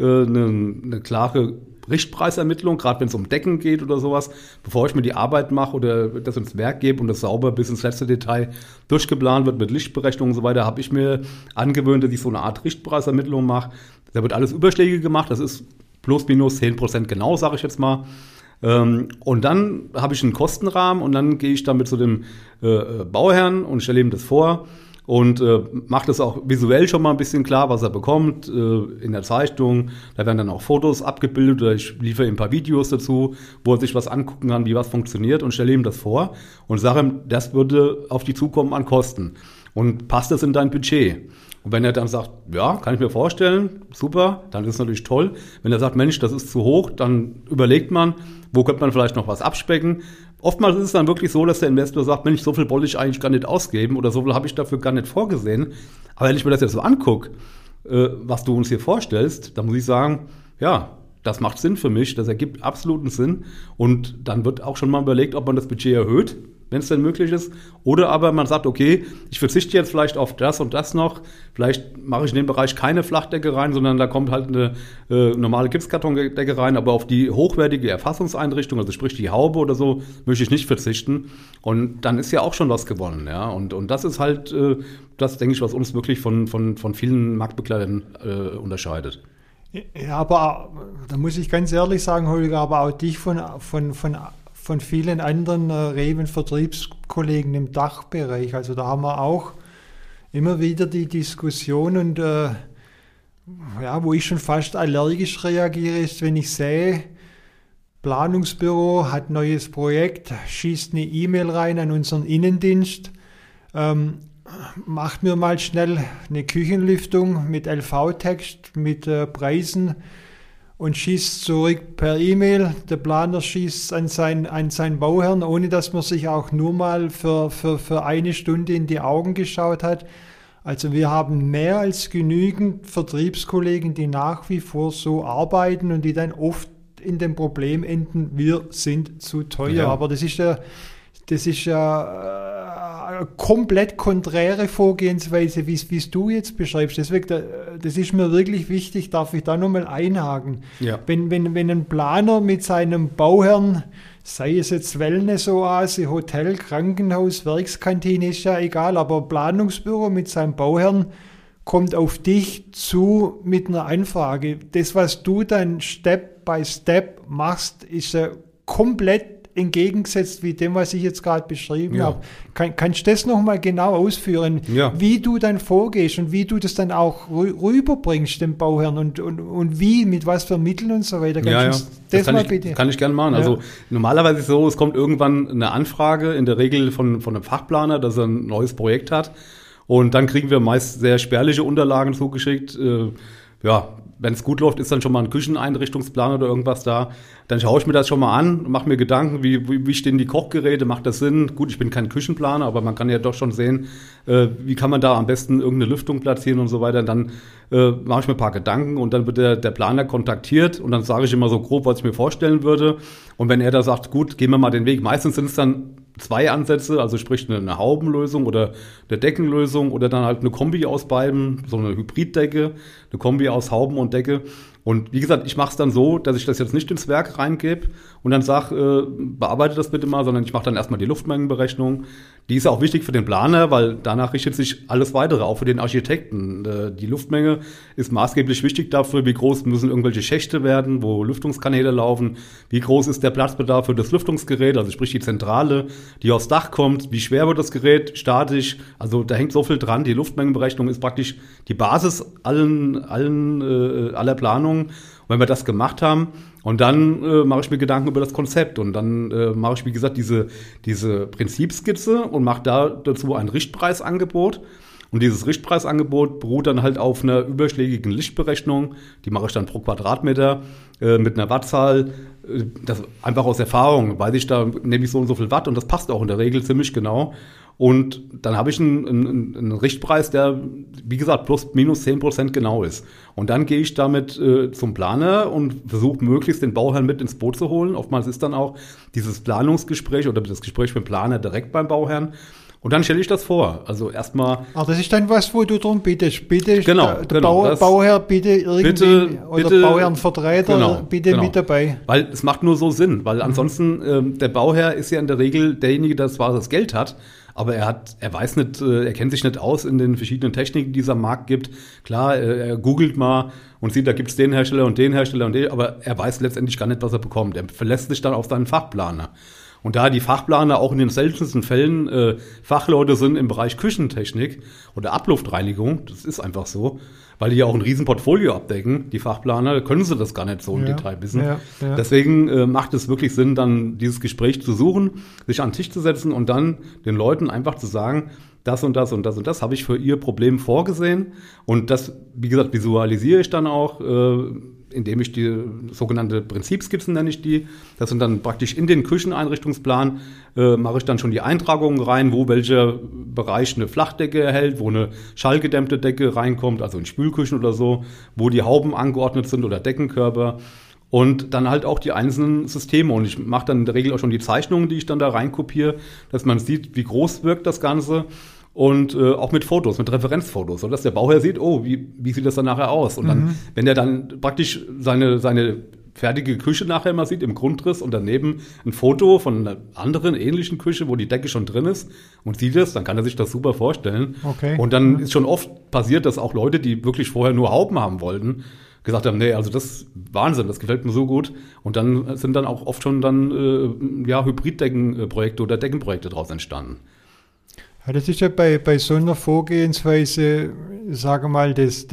eine klare Richtpreisermittlung, gerade wenn es um Decken geht oder sowas, bevor ich mir die Arbeit mache oder das ins Werk gebe und das sauber bis ins letzte Detail durchgeplant wird mit Lichtberechnung und so weiter, habe ich mir angewöhnt, dass ich so eine Art Richtpreisermittlung mache. Da wird alles Überschläge gemacht, das ist plus minus 10% genau, sage ich jetzt mal. Und dann habe ich einen Kostenrahmen und dann gehe ich damit zu dem Bauherrn und stelle ihm das vor und mache das auch visuell schon mal ein bisschen klar, was er bekommt in der Zeichnung. Da werden dann auch Fotos abgebildet oder ich liefere ihm ein paar Videos dazu, wo er sich was angucken kann, wie was funktioniert und stelle ihm das vor und sage ihm, das würde auf dich zukommen an Kosten und passt das in dein Budget? Und wenn er dann sagt, ja, kann ich mir vorstellen, super, dann ist es natürlich toll. Wenn er sagt, Mensch, das ist zu hoch, dann überlegt man, wo könnte man vielleicht noch was abspecken. Oftmals ist es dann wirklich so, dass der Investor sagt, Mensch, so viel wollte ich eigentlich gar nicht ausgeben oder so viel habe ich dafür gar nicht vorgesehen. Aber wenn ich mir das jetzt so angucke, was du uns hier vorstellst, dann muss ich sagen, ja, das macht Sinn für mich, das ergibt absoluten Sinn. Und dann wird auch schon mal überlegt, ob man das Budget erhöht, wenn es denn möglich ist. Oder aber man sagt, okay, ich verzichte jetzt vielleicht auf das und das noch. Vielleicht mache ich in dem Bereich keine Flachdecke rein, sondern da kommt halt eine normale Gipskartondecke rein. Aber auf die hochwertige Erfassungseinrichtung, also sprich die Haube oder so, möchte ich nicht verzichten. Und dann ist ja auch schon was gewonnen. Ja? Und das ist halt, das denke ich, was uns wirklich von vielen Marktbegleitern unterscheidet. von vielen anderen Reven-Vertriebskollegen im Dachbereich. Also da haben wir auch immer wieder die Diskussion und wo ich schon fast allergisch reagiere, ist, wenn ich sehe, Planungsbüro hat neues Projekt, schießt eine E-Mail rein an unseren Innendienst, macht mir mal schnell eine Küchenlüftung mit LV-Text, mit Preisen und schießt zurück per E-Mail. Der Planer schießt an seinen Bauherrn, ohne dass man sich auch nur mal für eine Stunde in die Augen geschaut hat. Also wir haben mehr als genügend Vertriebskollegen, die nach wie vor so arbeiten und die dann oft in dem Problem enden, wir sind zu teuer. Ja. Aber das ist ja eine komplett konträre Vorgehensweise, wie es du jetzt beschreibst. Deswegen, das ist mir wirklich wichtig, darf ich da nochmal einhaken. Ja. Wenn ein Planer mit seinem Bauherrn, sei es jetzt Wellness-Oase, Hotel, Krankenhaus, Werkskantine, ist ja egal, aber Planungsbüro mit seinem Bauherrn kommt auf dich zu mit einer Anfrage. Das, was du dann Step by Step machst, ist ja komplett entgegengesetzt wie dem, was ich jetzt gerade beschrieben habe. Kannst du das nochmal genau ausführen, wie du dann vorgehst und wie du das dann auch rüberbringst dem Bauherrn und wie, mit was für Mitteln und so weiter. Das mal bitte? Kann ich gerne machen. Ja. Also normalerweise ist es so, es kommt irgendwann eine Anfrage, in der Regel von einem Fachplaner, dass er ein neues Projekt hat und dann kriegen wir meist sehr spärliche Unterlagen zugeschickt. Wenn es gut läuft, ist dann schon mal ein Kücheneinrichtungsplan oder irgendwas da. Dann schaue ich mir das schon mal an, mache mir Gedanken, wie stehen die Kochgeräte, macht das Sinn? Gut, ich bin kein Küchenplaner, aber man kann ja doch schon sehen, wie kann man da am besten irgendeine Lüftung platzieren und so weiter. Dann mache ich mir ein paar Gedanken und dann wird der Planer kontaktiert und dann sage ich immer so grob, was ich mir vorstellen würde. Und wenn er da sagt, gut, gehen wir mal den Weg. Meistens sind es dann 2 Ansätze, also sprich eine Haubenlösung oder eine Deckenlösung oder dann halt eine Kombi aus beiden, so eine Hybriddecke, eine Kombi aus Hauben und Decke. Und wie gesagt, ich mache es dann so, dass ich das jetzt nicht ins Werk reingebe und dann sage, bearbeite das bitte mal, sondern ich mache dann erstmal die Luftmengenberechnung. Die ist ja auch wichtig für den Planer, weil danach richtet sich alles weitere, auch für den Architekten. Die Luftmenge ist maßgeblich wichtig dafür, wie groß müssen irgendwelche Schächte werden, wo Lüftungskanäle laufen, wie groß ist der Platzbedarf für das Lüftungsgerät, also sprich die Zentrale, die aufs Dach kommt, wie schwer wird das Gerät, statisch, also da hängt so viel dran. Die Luftmengenberechnung ist praktisch die Basis aller Planungen. Und wenn wir das gemacht haben, und dann mache ich mir Gedanken über das Konzept und dann mache ich, wie gesagt, diese Prinzipskizze und mache dazu ein Richtpreisangebot. Und dieses Richtpreisangebot beruht dann halt auf einer überschlägigen Lichtberechnung. Die mache ich dann pro Quadratmeter mit einer Wattzahl. Das einfach aus Erfahrung weiß ich, da nehme ich so und so viel Watt und das passt auch in der Regel ziemlich genau. Und dann habe ich einen Richtpreis, der, wie gesagt, plus minus 10% genau ist. Und dann gehe ich damit zum Planer und versuche möglichst den Bauherrn mit ins Boot zu holen. Oftmals ist dann auch dieses Planungsgespräch oder das Gespräch mit dem Planer direkt beim Bauherrn. Und dann stelle ich das vor. Also erstmal. Ach, das ist dann was, wo du darum bittest. Bitte, der Bauherr, bitte irgendwie, oder Bauherrenvertreter, bitte mit dabei. Weil es macht nur so Sinn, weil ansonsten, der Bauherr ist ja in der Regel derjenige, der zwar das Geld hat, aber er weiß nicht, er kennt sich nicht aus in den verschiedenen Techniken, die es am Markt gibt. Klar, er googelt mal und sieht, da gibt es den Hersteller und den Hersteller und den, aber er weiß letztendlich gar nicht, was er bekommt. Er verlässt sich dann auf seinen Fachplaner. Und da die Fachplaner auch in den seltensten Fällen Fachleute sind im Bereich Küchentechnik oder Abluftreinigung, das ist einfach so, weil die ja auch ein riesen Portfolio abdecken, die Fachplaner, können sie das gar nicht so im Detail wissen. Ja. Deswegen macht es wirklich Sinn, dann dieses Gespräch zu suchen, sich an den Tisch zu setzen und dann den Leuten einfach zu sagen, das und das und das und das habe ich für ihr Problem vorgesehen. Und das, wie gesagt, visualisiere ich dann auch, indem ich die sogenannte Prinzipskizzen nenne ich die. Das sind dann praktisch in den Kücheneinrichtungsplan, mache ich dann schon die Eintragungen rein, wo welcher Bereich eine Flachdecke erhält, wo eine schallgedämmte Decke reinkommt, also in Spülküchen oder so, wo die Hauben angeordnet sind oder Deckenkörper. Und dann halt auch die einzelnen Systeme. Und ich mache dann in der Regel auch schon die Zeichnungen, die ich dann da reinkopiere, dass man sieht, wie groß wirkt das Ganze. Und auch mit Fotos, mit Referenzfotos, sodass der Bauherr sieht, oh, wie sieht das dann nachher aus? Und dann, wenn er dann praktisch seine fertige Küche nachher mal sieht im Grundriss und daneben ein Foto von einer anderen ähnlichen Küche, wo die Decke schon drin ist und sieht es, dann kann er sich das super vorstellen. Okay. Und dann ist schon oft passiert, dass auch Leute, die wirklich vorher nur Hauben haben wollten, gesagt haben, nee, also das ist Wahnsinn, das gefällt mir so gut. Und dann sind dann auch oft schon dann Hybriddeckenprojekte oder Deckenprojekte daraus entstanden. Ja, das ist ja bei so einer Vorgehensweise, sage mal, das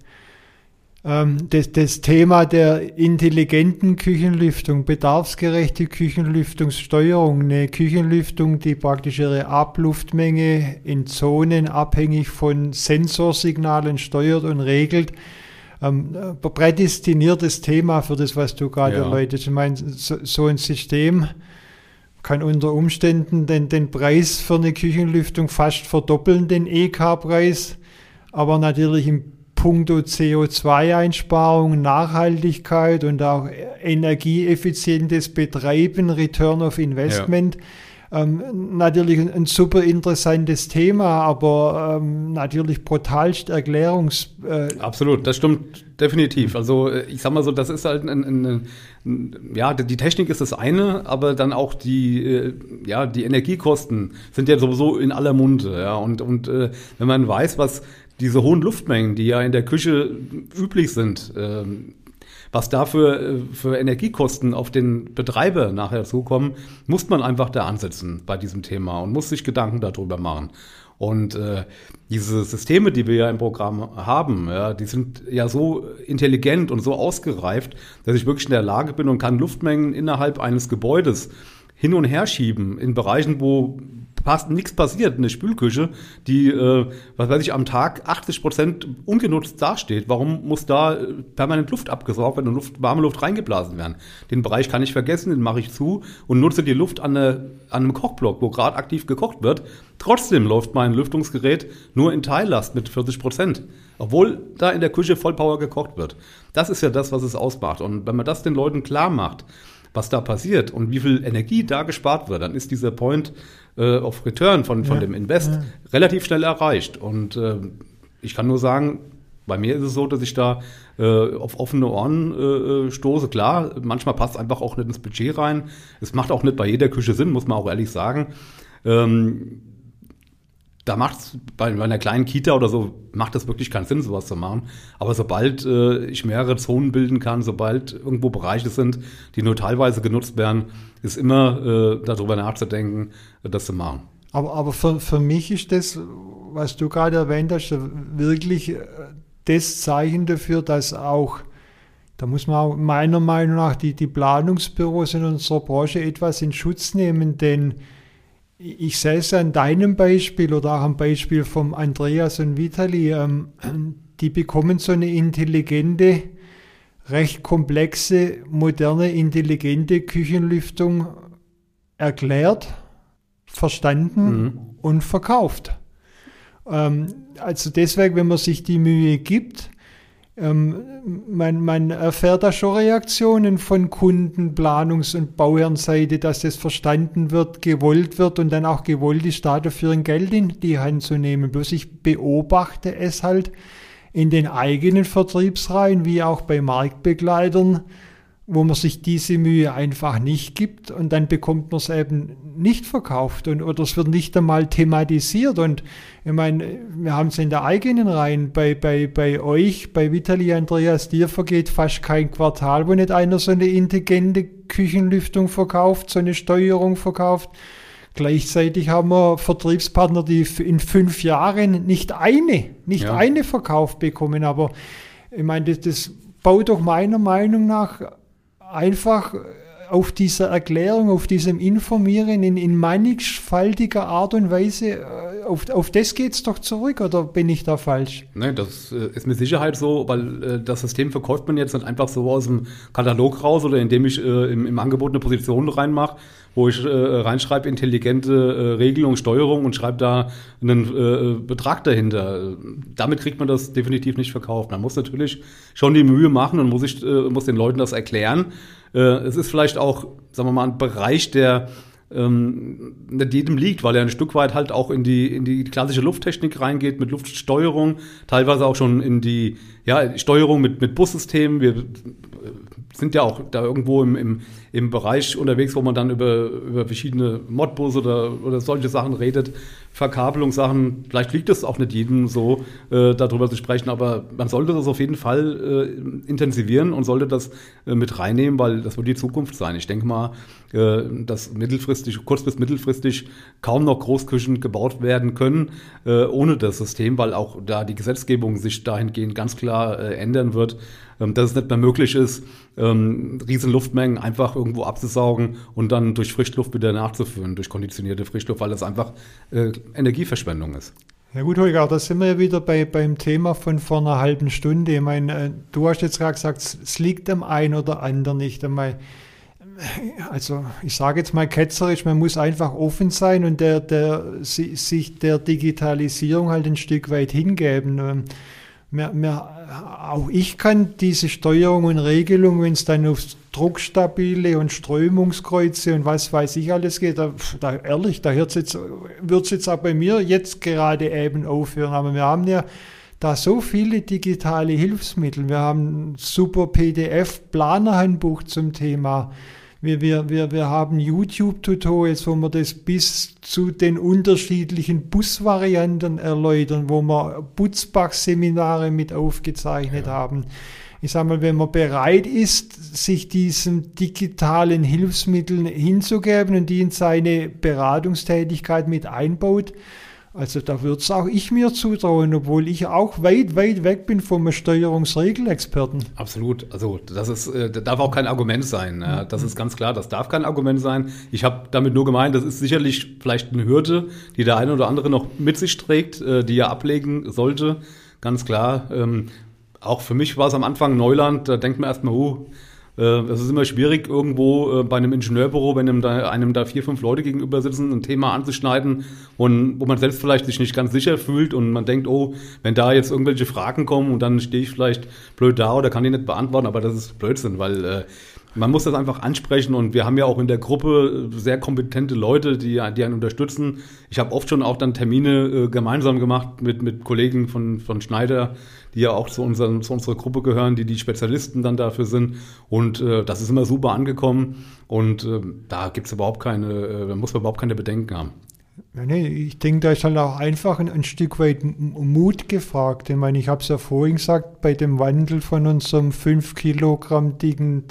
Thema der intelligenten Küchenlüftung, bedarfsgerechte Küchenlüftungssteuerung, eine Küchenlüftung, die praktisch ihre Abluftmenge in Zonen abhängig von Sensorsignalen steuert und regelt. Prädestiniertes Thema für das, was du gerade erläuterst. Ich meine, so ein System kann unter Umständen den Preis für eine Küchenlüftung fast verdoppeln, den EK-Preis, aber natürlich im Punkto CO2-Einsparung, Nachhaltigkeit und auch energieeffizientes Betreiben, Return of Investment. Natürlich ein super interessantes Thema, aber natürlich brutalst Absolut, das stimmt definitiv. Also ich sag mal so, das ist halt die Technik ist das eine, aber dann auch die Energiekosten sind ja sowieso in aller Munde. Ja, und wenn man weiß, was diese hohen Luftmengen, die ja in der Küche üblich sind, was da für Energiekosten auf den Betreiber nachher zukommen, muss man einfach da ansetzen bei diesem Thema und muss sich Gedanken darüber machen. Und diese Systeme, die wir ja im Programm haben, ja, die sind ja so intelligent und so ausgereift, dass ich wirklich in der Lage bin und kann Luftmengen innerhalb eines Gebäudes hin und her schieben in Bereichen, wo nichts passiert. Eine Spülküche, die, am Tag 80% ungenutzt dasteht. Warum muss da permanent Luft abgesaugt werden und warme Luft reingeblasen werden? Den Bereich kann ich vergessen, den mache ich zu und nutze die Luft an einem Kochblock, wo gerade aktiv gekocht wird. Trotzdem läuft mein Lüftungsgerät nur in Teillast mit 40%, obwohl da in der Küche Vollpower gekocht wird. Das ist ja das, was es ausmacht. Und wenn man das den Leuten klar macht, was da passiert und wie viel Energie da gespart wird, dann ist dieser Point of Return von dem Invest relativ schnell erreicht. Und ich kann nur sagen, bei mir ist es so, dass ich da auf offene Ohren stoße. Klar, manchmal passt einfach auch nicht ins Budget rein. Es macht auch nicht bei jeder Küche Sinn, muss man auch ehrlich sagen. Da macht es bei einer kleinen Kita oder so, macht es wirklich keinen Sinn, sowas zu machen. Aber sobald ich mehrere Zonen bilden kann, sobald irgendwo Bereiche sind, die nur teilweise genutzt werden, ist immer darüber nachzudenken, das zu machen. Aber für mich ist das, was du gerade erwähnt hast, wirklich das Zeichen dafür, dass auch, da muss man auch meiner Meinung nach die Planungsbüros in unserer Branche etwas in Schutz nehmen, denn ich sehe es an deinem Beispiel oder auch am Beispiel vom Andreas und Vitali, die bekommen so eine intelligente, recht komplexe, moderne, intelligente Küchenlüftung erklärt, verstanden und verkauft. Also deswegen, wenn man sich die Mühe gibt, man erfährt da schon Reaktionen von Kunden, Planungs- und Bauherrenseite, dass das verstanden wird, gewollt wird und dann auch gewollt ist, dafür ein Geld in die Hand zu nehmen. Bloß ich beobachte es halt in den eigenen Vertriebsreihen, wie auch bei Marktbegleitern, wo man sich diese Mühe einfach nicht gibt und dann bekommt man es eben nicht verkauft oder es wird nicht einmal thematisiert. Und ich meine, wir haben es in der eigenen Reihen, bei euch, bei Vitali, Andreas, dir vergeht fast kein Quartal, wo nicht einer so eine intelligente Küchenlüftung verkauft, so eine Steuerung verkauft. Gleichzeitig haben wir Vertriebspartner, die in 5 Jahren nicht eine verkauft bekommen. Aber ich meine, das baut doch meiner Meinung nach einfach auf dieser Erklärung, auf diesem Informieren in mannigfaltiger Art und Weise, auf das geht es doch zurück, oder bin ich da falsch? Nein, das ist mit Sicherheit so, weil das System verkauft man jetzt nicht einfach so aus dem Katalog raus oder indem ich im Angebot eine Position reinmache, wo ich reinschreibe intelligente Regelung, Steuerung und schreibe da einen Betrag dahinter. Damit kriegt man das definitiv nicht verkauft. Man muss natürlich schon die Mühe machen und muss den Leuten das erklären. Es ist vielleicht auch, sagen wir mal, ein Bereich, der nicht jedem liegt, weil er ein Stück weit halt auch in die klassische Lufttechnik reingeht, mit Luftsteuerung, teilweise auch schon in die Steuerung mit Bussystemen. Wir sind ja auch da irgendwo im Bereich unterwegs, wo man dann über verschiedene Modbus oder solche Sachen redet, Verkabelungssachen, vielleicht liegt es auch nicht jedem so, darüber zu sprechen, aber man sollte das auf jeden Fall intensivieren und sollte das mit reinnehmen, weil das wird die Zukunft sein. Ich denke mal, dass kurz- bis mittelfristig kaum noch Großküchen gebaut werden können ohne das System, weil auch da die Gesetzgebung sich dahingehend ganz klar ändern wird, dass es nicht mehr möglich ist, riesen Luftmengen einfach irgendwo abzusaugen und dann durch Frischluft wieder nachzuführen, durch konditionierte Frischluft, weil das einfach Energieverschwendung ist. Ja gut, Holger, da sind wir ja wieder beim Thema von vor einer halben Stunde. Ich meine, du hast jetzt gerade gesagt, es liegt am einen oder anderen nicht. Also ich sage jetzt mal ketzerisch, man muss einfach offen sein und sich der Digitalisierung halt ein Stück weit hingeben. Auch ich kann diese Steuerung und Regelung, wenn es dann auf Druckstabile und Strömungskreuze und was weiß ich alles geht, ehrlich, da wird es jetzt auch bei mir jetzt gerade eben aufhören. Aber wir haben ja da so viele digitale Hilfsmittel. Wir haben ein super PDF-Planerhandbuch zum Thema. Wir haben YouTube-Tutorials, wo wir das bis zu den den Busvarianten erläutern, wo wir Butzbach-Seminare mit aufgezeichnet haben. Ich sage mal, wenn man bereit ist, sich diesen digitalen Hilfsmitteln hinzugeben und die in seine Beratungstätigkeit mit einbaut, also da würde es auch ich mir zutrauen, obwohl ich auch weit weg bin vom Steuerungsregelexperten. Absolut. Also das darf auch kein Argument sein. Ja. Das ist ganz klar, das darf kein Argument sein. Ich habe damit nur gemeint, das ist sicherlich vielleicht eine Hürde, die der eine oder andere noch mit sich trägt, die er ablegen sollte. Ganz klar. Auch für mich war es am Anfang Neuland. Da denkt man erstmal, es ist immer schwierig, irgendwo bei einem Ingenieurbüro, wenn einem da 4, 5 Leute gegenüber sitzen, ein Thema anzuschneiden und wo man selbst vielleicht sich nicht ganz sicher fühlt und man denkt, wenn da jetzt irgendwelche Fragen kommen und dann stehe ich vielleicht blöd da oder kann die nicht beantworten, aber das ist Blödsinn, weil man muss das einfach ansprechen und wir haben ja auch in der Gruppe sehr kompetente Leute, die einen unterstützen. Ich habe oft schon auch dann Termine gemeinsam gemacht mit Kollegen von Schneider, die ja auch zu unserer Gruppe gehören, die Spezialisten dann dafür sind. Und das ist immer super angekommen und da muss man überhaupt keine Bedenken haben. Ja, nee, ich denke, da ist halt auch einfach ein Stück weit Mut gefragt. Ich meine, ich habe es ja vorhin gesagt, bei dem Wandel von unserem 5 Kilogramm dicken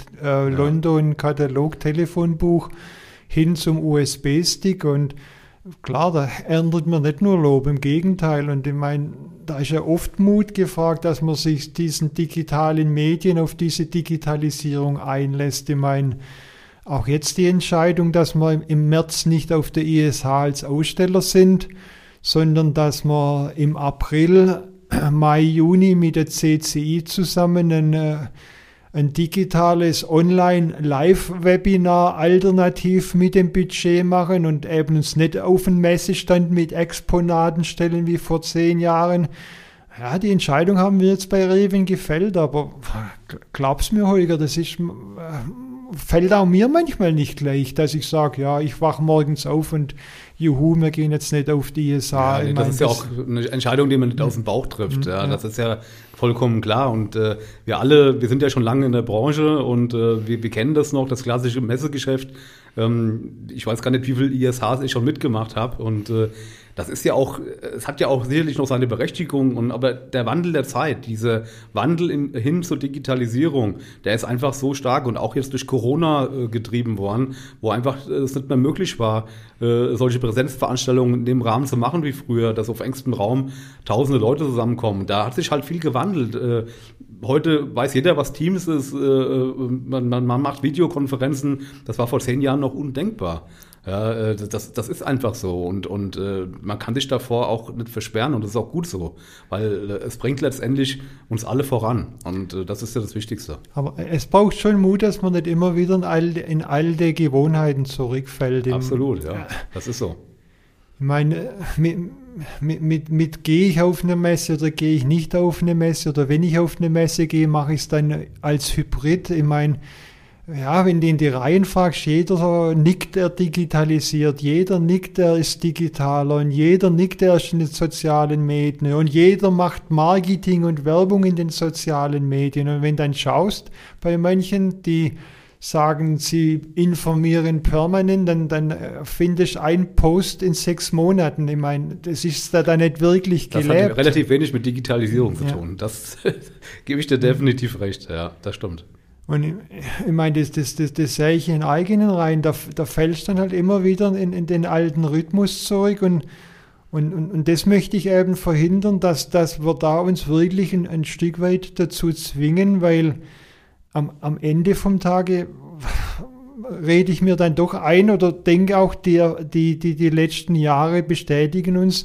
London-Katalog-Telefonbuch hin zum USB-Stick und klar, da erntet man nicht nur Lob, im Gegenteil. Und ich meine, da ist ja oft Mut gefragt, dass man sich diesen digitalen Medien auf diese Digitalisierung einlässt. Ich meine, auch jetzt die Entscheidung, dass wir im März nicht auf der ISH als Aussteller sind, sondern dass wir im April, Mai, Juni mit der CCI zusammen ein digitales Online-Live-Webinar alternativ mit dem Budget machen und eben uns nicht auf einen Messestand mit Exponaten stellen wie vor 10 Jahren. Ja, die Entscheidung haben wir jetzt bei Revin gefällt, aber glaub's mir, Holger, das fällt auch mir manchmal nicht leicht, dass ich sage, ja, ich wache morgens auf und juhu, wir gehen jetzt nicht auf die ISH. Ja, das ist ja auch eine Entscheidung, die man nicht aus dem Bauch trifft. Ja, das ist ja vollkommen klar. Und wir sind ja schon lange in der Branche und wir kennen das noch, das klassische Messegeschäft. Ich weiß gar nicht, wie viele ISHs ich schon mitgemacht habe. Und das ist ja auch, es hat ja auch sicherlich noch seine Berechtigung, aber der Wandel der Zeit, dieser Wandel hin zur Digitalisierung, der ist einfach so stark und auch jetzt durch Corona getrieben worden, wo einfach es nicht mehr möglich war, solche Präsenzveranstaltungen in dem Rahmen zu machen wie früher, dass auf engstem Raum tausende Leute zusammenkommen. Da hat sich halt viel gewandelt. Heute weiß jeder, was Teams ist. Man macht Videokonferenzen. Das war vor 10 Jahren noch undenkbar. Ja, das ist einfach so und man kann sich davor auch nicht versperren und das ist auch gut so, weil es bringt letztendlich uns alle voran und das ist ja das Wichtigste. Aber es braucht schon Mut, dass man nicht immer wieder in alte Gewohnheiten zurückfällt. Absolut, ja, das ist so. Ich meine, gehe ich auf eine Messe oder gehe ich nicht auf eine Messe oder wenn ich auf eine Messe gehe, mache ich es dann als Hybrid. Ich meine, ja, wenn du in die Reihen fragst, jeder nickt, er digitalisiert, jeder nickt, er ist digitaler und jeder nickt, er ist in den sozialen Medien und jeder macht Marketing und Werbung in den sozialen Medien. Und wenn du dann schaust, bei manchen, die sagen, sie informieren permanent, dann findest du einen Post in 6 Monaten. Ich meine, das ist da nicht wirklich gelebt. Das hat relativ wenig mit Digitalisierung zu tun. Das gebe ich dir definitiv recht. Ja, das stimmt. Und ich meine, das sehe ich in eigenen Reihen. Da fällst du dann halt immer wieder in den alten Rhythmus zurück. Und das möchte ich eben verhindern, dass wir da uns wirklich ein Stück weit dazu zwingen, weil am Ende vom Tage rede ich mir dann doch ein oder denke auch, die letzten Jahre bestätigen uns,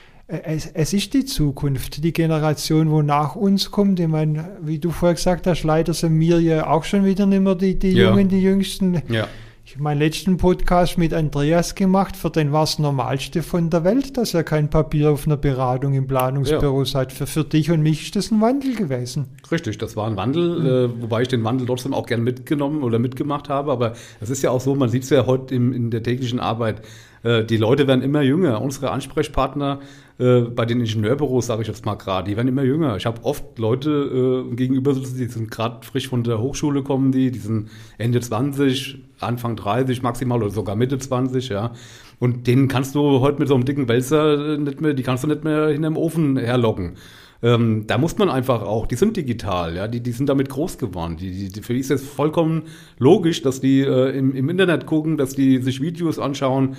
es ist die Zukunft, die Generation, wo nach uns kommt. Ich meine, wie du vorher gesagt hast, leider sind wir ja auch schon wieder nicht mehr die Jungen, die Jüngsten. Ja. Ich habe meinen letzten Podcast mit Andreas gemacht, für den war es das Normalste von der Welt, dass er kein Papier auf einer Beratung im Planungsbüro hat. Für dich und mich ist das ein Wandel gewesen. Richtig, das war ein Wandel, wobei ich den Wandel trotzdem auch gern mitgenommen oder mitgemacht habe. Aber es ist ja auch so, man sieht es ja heute in der täglichen Arbeit, die Leute werden immer jünger. Unsere Ansprechpartner bei den Ingenieurbüros, sage ich jetzt mal gerade, die werden immer jünger. Ich habe oft Leute gegenüber sitzen, die sind gerade frisch von der Hochschule kommen, die sind Ende 20, Anfang 30 maximal oder sogar Mitte 20, ja. Und denen kannst du heute mit so einem dicken Wälzer die kannst du nicht mehr hinterm Ofen herlocken. Da muss man einfach auch, die sind digital, ja, die sind damit groß geworden. Für die ist es vollkommen logisch, dass die im Internet gucken, dass die sich Videos anschauen.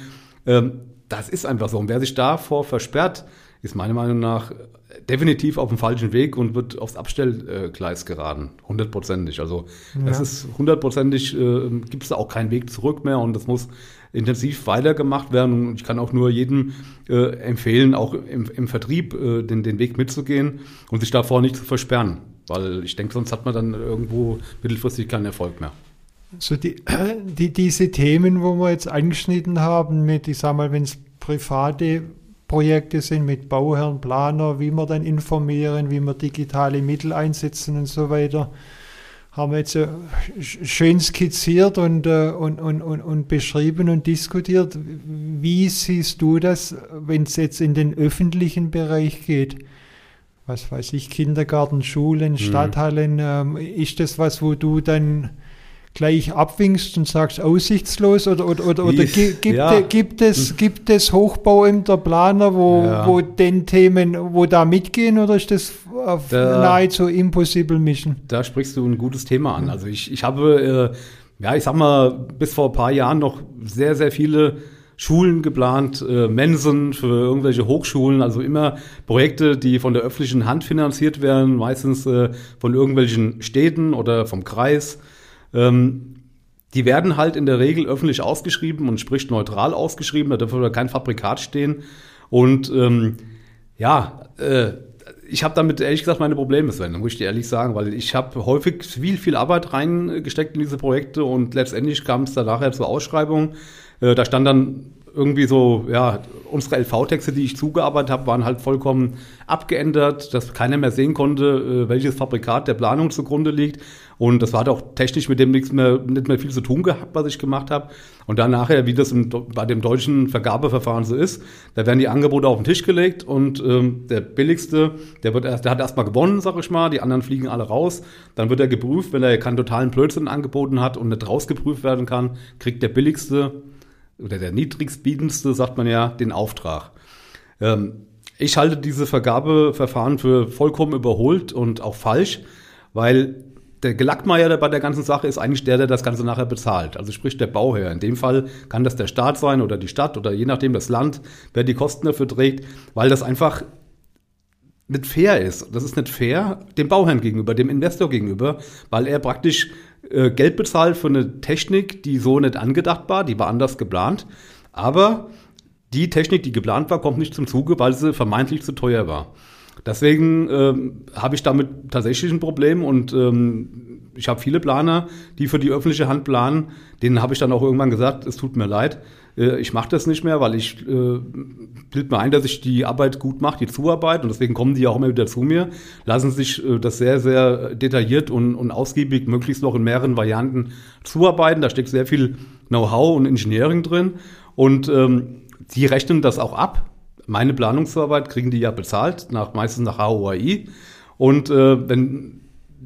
Das ist einfach so. Und wer sich davor versperrt, ist meiner Meinung nach definitiv auf dem falschen Weg und wird aufs Abstellgleis geraten. 100%. Also das ist 100%, gibt es da auch keinen Weg zurück mehr und das muss intensiv weitergemacht werden. Und ich kann auch nur jedem empfehlen, auch im Vertrieb den Weg mitzugehen und sich davor nicht zu versperren. Weil ich denke, sonst hat man dann irgendwo mittelfristig keinen Erfolg mehr. So diese Themen, wo wir jetzt angeschnitten haben, mit, ich sag mal, wenn es private Projekte sind, mit Bauherren, Planer, wie wir dann informieren, wie wir digitale Mittel einsetzen und so weiter, haben wir jetzt schön skizziert und beschrieben und diskutiert. Wie siehst du das, wenn es jetzt in den öffentlichen Bereich geht? Was weiß ich, Kindergarten, Schulen, Stadthallen, ist das was, wo du dann gleich abwinkst und sagst aussichtslos oder gibt es Hochbauämter, Planer, wo den Themen, wo da mitgehen oder ist das nahezu impossible Mission? Da sprichst du ein gutes Thema an. Also ich habe, ich sag mal, bis vor ein paar Jahren noch sehr, sehr viele Schulen geplant, Mensen für irgendwelche Hochschulen, also immer Projekte, die von der öffentlichen Hand finanziert werden, meistens von irgendwelchen Städten oder vom Kreis. Die werden halt in der Regel öffentlich ausgeschrieben und sprich neutral ausgeschrieben, da dürfte kein Fabrikat stehen. Und ich habe damit ehrlich gesagt meine Probleme, Sven, muss ich dir ehrlich sagen, weil ich habe häufig viel Arbeit reingesteckt in diese Projekte und letztendlich kam es dann nachher zur Ausschreibung. Da stand dann irgendwie so, unsere LV-Texte, die ich zugearbeitet habe, waren halt vollkommen abgeändert, dass keiner mehr sehen konnte, welches Fabrikat der Planung zugrunde liegt. Und das hat auch technisch mit dem nicht mehr viel zu tun gehabt, was ich gemacht habe. Und dann nachher, wie das bei dem deutschen Vergabeverfahren so ist, da werden die Angebote auf den Tisch gelegt und der billigste, der hat erstmal gewonnen, sag ich mal, die anderen fliegen alle raus. Dann wird er geprüft, wenn er keinen totalen Blödsinn angeboten hat und nicht rausgeprüft werden kann, kriegt der billigste oder der niedrigstbietendste, sagt man ja, den Auftrag. Ich halte diese Vergabeverfahren für vollkommen überholt und auch falsch, weil der Gelackmeier bei der ganzen Sache ist eigentlich der das Ganze nachher bezahlt. Also sprich der Bauherr. In dem Fall kann das der Staat sein oder die Stadt oder je nachdem das Land, wer die Kosten dafür trägt, weil das einfach nicht fair ist. Das ist nicht fair dem Bauherrn gegenüber, dem Investor gegenüber, weil er praktisch Geld bezahlt für eine Technik, die so nicht angedacht war, die war anders geplant. Aber die Technik, die geplant war, kommt nicht zum Zuge, weil sie vermeintlich zu teuer war. Deswegen habe ich damit tatsächlich ein Problem und ich habe viele Planer, die für die öffentliche Hand planen. Denen habe ich dann auch irgendwann gesagt, es tut mir leid, ich mache das nicht mehr, weil ich bilde mir ein, dass ich die Arbeit gut mache, die Zuarbeit und deswegen kommen die auch immer wieder zu mir, lassen sich das sehr, sehr detailliert und ausgiebig, möglichst noch in mehreren Varianten zuarbeiten. Da steckt sehr viel Know-how und Engineering drin und die rechnen das auch ab. Meine Planungsarbeit kriegen die ja bezahlt, meistens nach HOAI. Und wenn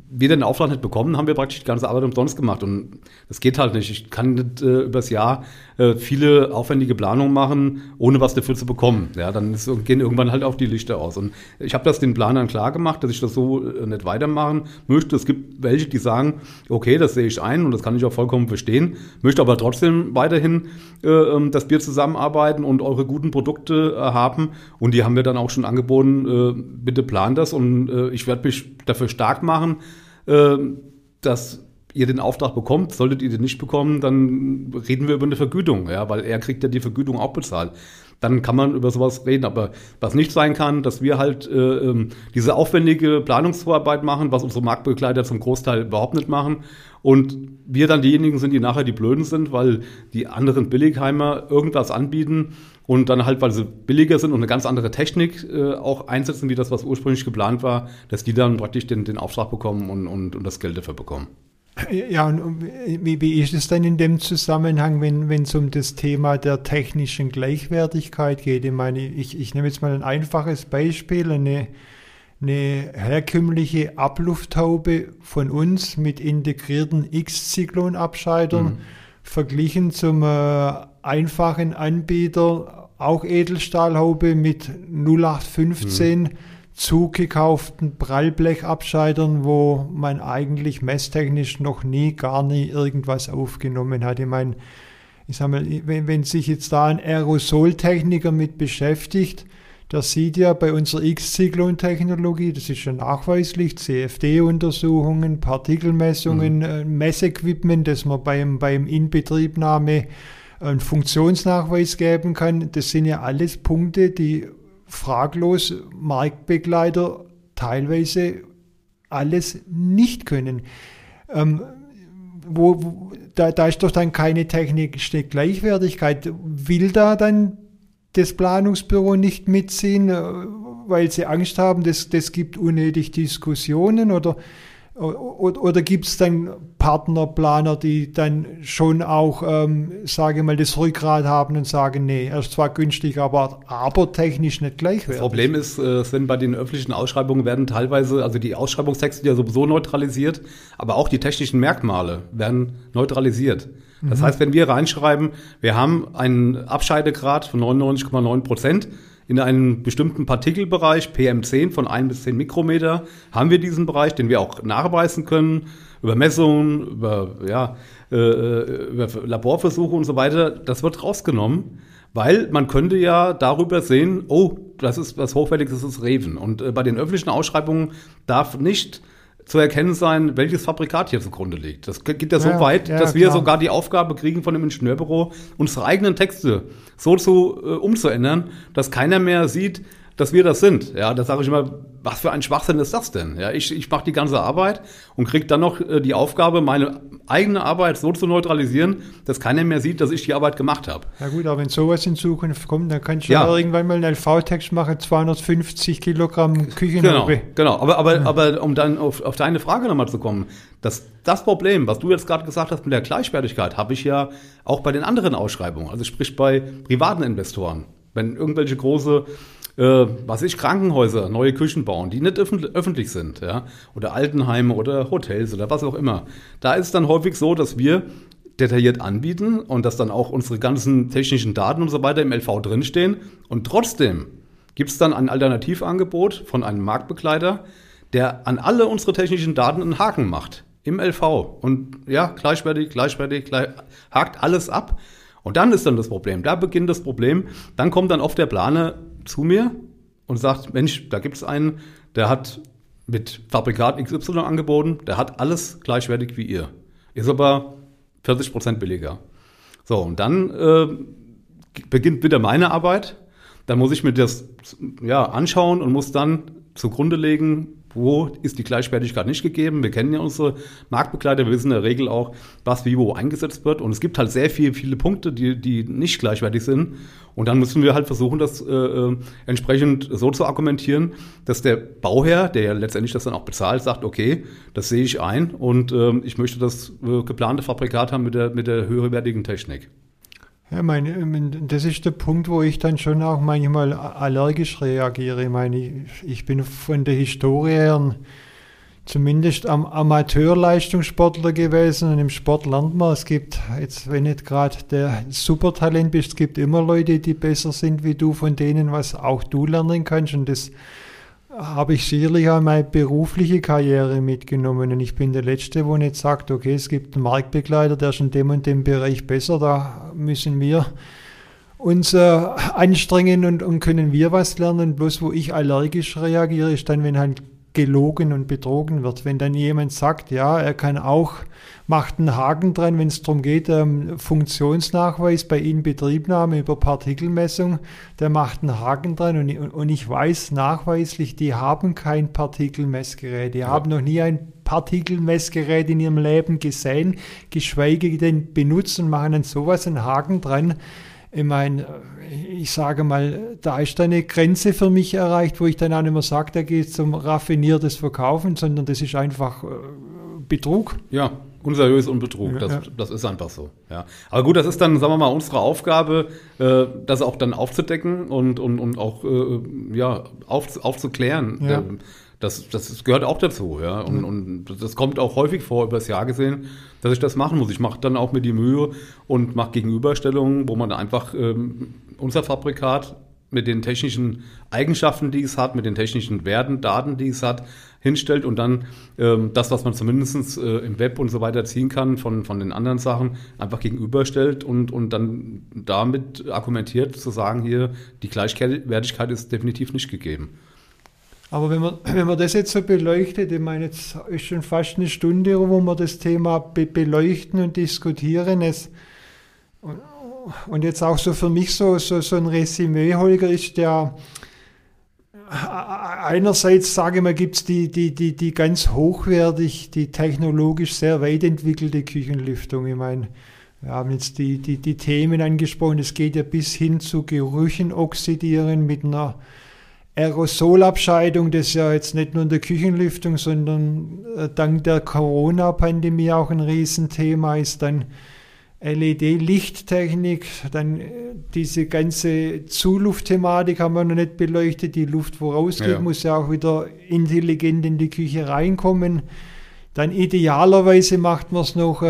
wir den Auftrag nicht bekommen, haben wir praktisch die ganze Arbeit umsonst gemacht. Und das geht halt nicht. Ich kann nicht übers Jahr viele aufwendige Planungen machen, ohne was dafür zu bekommen. Ja, dann gehen irgendwann halt auch die Lichter aus. Und ich habe das den Planern klar gemacht, dass ich das so nicht weitermachen möchte. Es gibt welche, die sagen, okay, das sehe ich ein und das kann ich auch vollkommen verstehen, möchte aber trotzdem weiterhin, dass wir zusammenarbeiten und eure guten Produkte haben. Und die haben wir dann auch schon angeboten, bitte plant das. Und ich werde mich dafür stark machen, dass ihr den Auftrag bekommt. Solltet ihr den nicht bekommen, dann reden wir über eine Vergütung, ja, weil er kriegt ja die Vergütung auch bezahlt. Dann kann man über sowas reden. Aber was nicht sein kann, dass wir halt diese aufwendige Planungsvorarbeit machen, was unsere Marktbegleiter zum Großteil überhaupt nicht machen. Und wir dann diejenigen sind, die nachher die Blöden sind, weil die anderen Billigheimer irgendwas anbieten und dann halt, weil sie billiger sind und eine ganz andere Technik auch einsetzen, wie das, was ursprünglich geplant war, dass die dann praktisch den Auftrag bekommen und das Geld dafür bekommen. Ja, und wie ist es denn in dem Zusammenhang, wenn es um das Thema der technischen Gleichwertigkeit geht? Ich meine, ich nehme jetzt mal ein einfaches Beispiel, eine herkömmliche Ablufthaube von uns mit integrierten X-Zyklon-Abscheidern verglichen zum einfachen Anbieter, auch Edelstahlhaube mit 0815 zugekauften Prallblechabscheidern, wo man eigentlich messtechnisch noch gar nie irgendwas aufgenommen hat. Ich meine, ich sag mal, wenn sich jetzt da ein Aerosoltechniker mit beschäftigt, der sieht ja bei unserer X-Zyklon-Technologie, das ist schon nachweislich, CFD-Untersuchungen, Partikelmessungen, Messequipment, das man beim Inbetriebnahme einen Funktionsnachweis geben kann. Das sind ja alles Punkte, die fraglos Marktbegleiter teilweise alles nicht können. Da ist doch dann keine technische Gleichwertigkeit. Will da dann das Planungsbüro nicht mitziehen, weil sie Angst haben, das gibt unnötig Diskussionen oder gibt es dann Partnerplaner, die dann schon auch, sage mal, das Rückgrat haben und sagen, nee, er ist zwar günstig, aber technisch nicht gleichwertig. Das Problem ist, Sven, bei den öffentlichen Ausschreibungen werden teilweise, also die Ausschreibungstexte ja sowieso neutralisiert, aber auch die technischen Merkmale werden neutralisiert. Das heißt, wenn wir reinschreiben, wir haben einen Abscheidegrad von 99,9% in einem bestimmten Partikelbereich, PM10 von 1 bis 10 Mikrometer, haben wir diesen Bereich, den wir auch nachweisen können, über Messungen, über Laborversuche und so weiter. Das wird rausgenommen, weil man könnte ja darüber sehen, oh, das ist was Hochwertiges, das ist Reven. Und bei den öffentlichen Ausschreibungen darf nicht zu erkennen sein, welches Fabrikat hier zugrunde liegt. Das geht ja so weit, dass wir sogar die Aufgabe kriegen von dem Ingenieurbüro, unsere eigenen Texte so umzuändern, dass keiner mehr sieht, dass wir das sind. Ja, da sage ich immer, was für ein Schwachsinn ist das denn? Ja, ich mache die ganze Arbeit und kriege dann noch die Aufgabe, meine eigene Arbeit so zu neutralisieren, dass keiner mehr sieht, dass ich die Arbeit gemacht habe. Ja gut, aber wenn sowas in Zukunft kommt, dann kannst du ja irgendwann mal einen LV-Text machen, 250 Kilogramm Küchenhaube. Genau. Aber um dann auf deine Frage nochmal zu kommen, das Problem, was du jetzt gerade gesagt hast mit der Gleichwertigkeit, habe ich ja auch bei den anderen Ausschreibungen, also sprich bei privaten Investoren. Wenn irgendwelche große Krankenhäuser neue Küchen bauen, die nicht öffentlich sind, ja, oder Altenheime oder Hotels oder was auch immer. Da ist es dann häufig so, dass wir detailliert anbieten und dass dann auch unsere ganzen technischen Daten und so weiter im LV drinstehen. Und trotzdem gibt es dann ein Alternativangebot von einem Marktbegleiter, der an alle unsere technischen Daten einen Haken macht im LV. Und ja, gleichwertig, hakt alles ab. Und dann ist dann das Problem, da beginnt das Problem. Dann kommt dann oft der Planer zu mir und sagt, Mensch, da gibt es einen, der hat mit Fabrikat XY angeboten, der hat alles gleichwertig wie ihr. Ist aber 40% billiger. So, und dann beginnt wieder meine Arbeit. Dann muss ich mir das anschauen und muss dann zugrunde legen, wo ist die Gleichwertigkeit nicht gegeben. Wir kennen ja unsere Marktbegleiter, wir wissen in der Regel auch, was wie wo eingesetzt wird. Und es gibt halt sehr viele Punkte, die nicht gleichwertig sind. Und dann müssen wir halt versuchen, das entsprechend so zu argumentieren, dass der Bauherr, der ja letztendlich das dann auch bezahlt, sagt, okay, das sehe ich ein und ich möchte das geplante Fabrikat haben mit der höherwertigen Technik. Ja, das ist der Punkt, wo ich dann schon auch manchmal allergisch reagiere. Ich bin von der Historie her ein zumindest am Amateurleistungssportler gewesen, und im Sport lernt man, es gibt, jetzt wenn nicht gerade der Supertalent bist, es gibt immer Leute, die besser sind wie du, von denen, was auch du lernen kannst, und das habe ich sicherlich auch meine berufliche Karriere mitgenommen, und ich bin der Letzte, wo nicht sagt, okay, es gibt einen Marktbegleiter, der ist in dem und dem Bereich besser, da müssen wir uns anstrengen und können wir was lernen. Bloß wo ich allergisch reagiere, ist dann, wenn halt gelogen und betrogen wird. Wenn dann jemand sagt, ja, er kann auch, macht einen Haken dran, wenn es darum geht, Funktionsnachweis bei Inbetriebnahme über Partikelmessung, der macht einen Haken dran, und ich weiß nachweislich, die haben kein Partikelmessgerät, die haben noch nie ein Partikelmessgerät in ihrem Leben gesehen, geschweige denn benutzen, machen dann sowas einen Haken dran. Ich meine, ich sage mal, da ist eine Grenze für mich erreicht, wo ich dann auch nicht mehr sage, da geht es um raffiniertes Verkaufen, sondern das ist einfach Betrug. Ja, unseriös und Betrug, das ist einfach so. Ja. Aber gut, das ist dann, sagen wir mal, unsere Aufgabe, das auch dann aufzudecken und auch aufzuklären. Ja. Das gehört auch dazu, ja. Und das kommt auch häufig vor, über das Jahr gesehen, dass ich das machen muss. Ich mache dann auch mir die Mühe und mache Gegenüberstellungen, wo man einfach unser Fabrikat mit den technischen Eigenschaften, die es hat, mit den technischen Werten, Daten, die es hat, hinstellt und dann das, was man zumindest im Web und so weiter ziehen kann von den anderen Sachen, einfach gegenüberstellt und dann damit argumentiert zu sagen, hier, die Gleichwertigkeit ist definitiv nicht gegeben. Aber wenn man das jetzt so beleuchtet, ich meine, jetzt ist schon fast eine Stunde, wo wir das Thema beleuchten und diskutieren. Und jetzt auch so für mich so ein Resümee, Holger, ist der einerseits, sage ich mal, gibt es die ganz hochwertig, die technologisch sehr weit entwickelte Küchenlüftung. Ich meine, wir haben jetzt die Themen angesprochen, es geht ja bis hin zu Gerüchen oxidieren mit einer Aerosolabscheidung, das ja jetzt nicht nur in der Küchenlüftung, sondern dank der Corona-Pandemie auch ein Riesenthema ist, dann LED-Lichttechnik, dann diese ganze Zuluftthematik haben wir noch nicht beleuchtet, die Luft, wo rausgeht, muss ja auch wieder intelligent in die Küche reinkommen. Dann idealerweise macht man es noch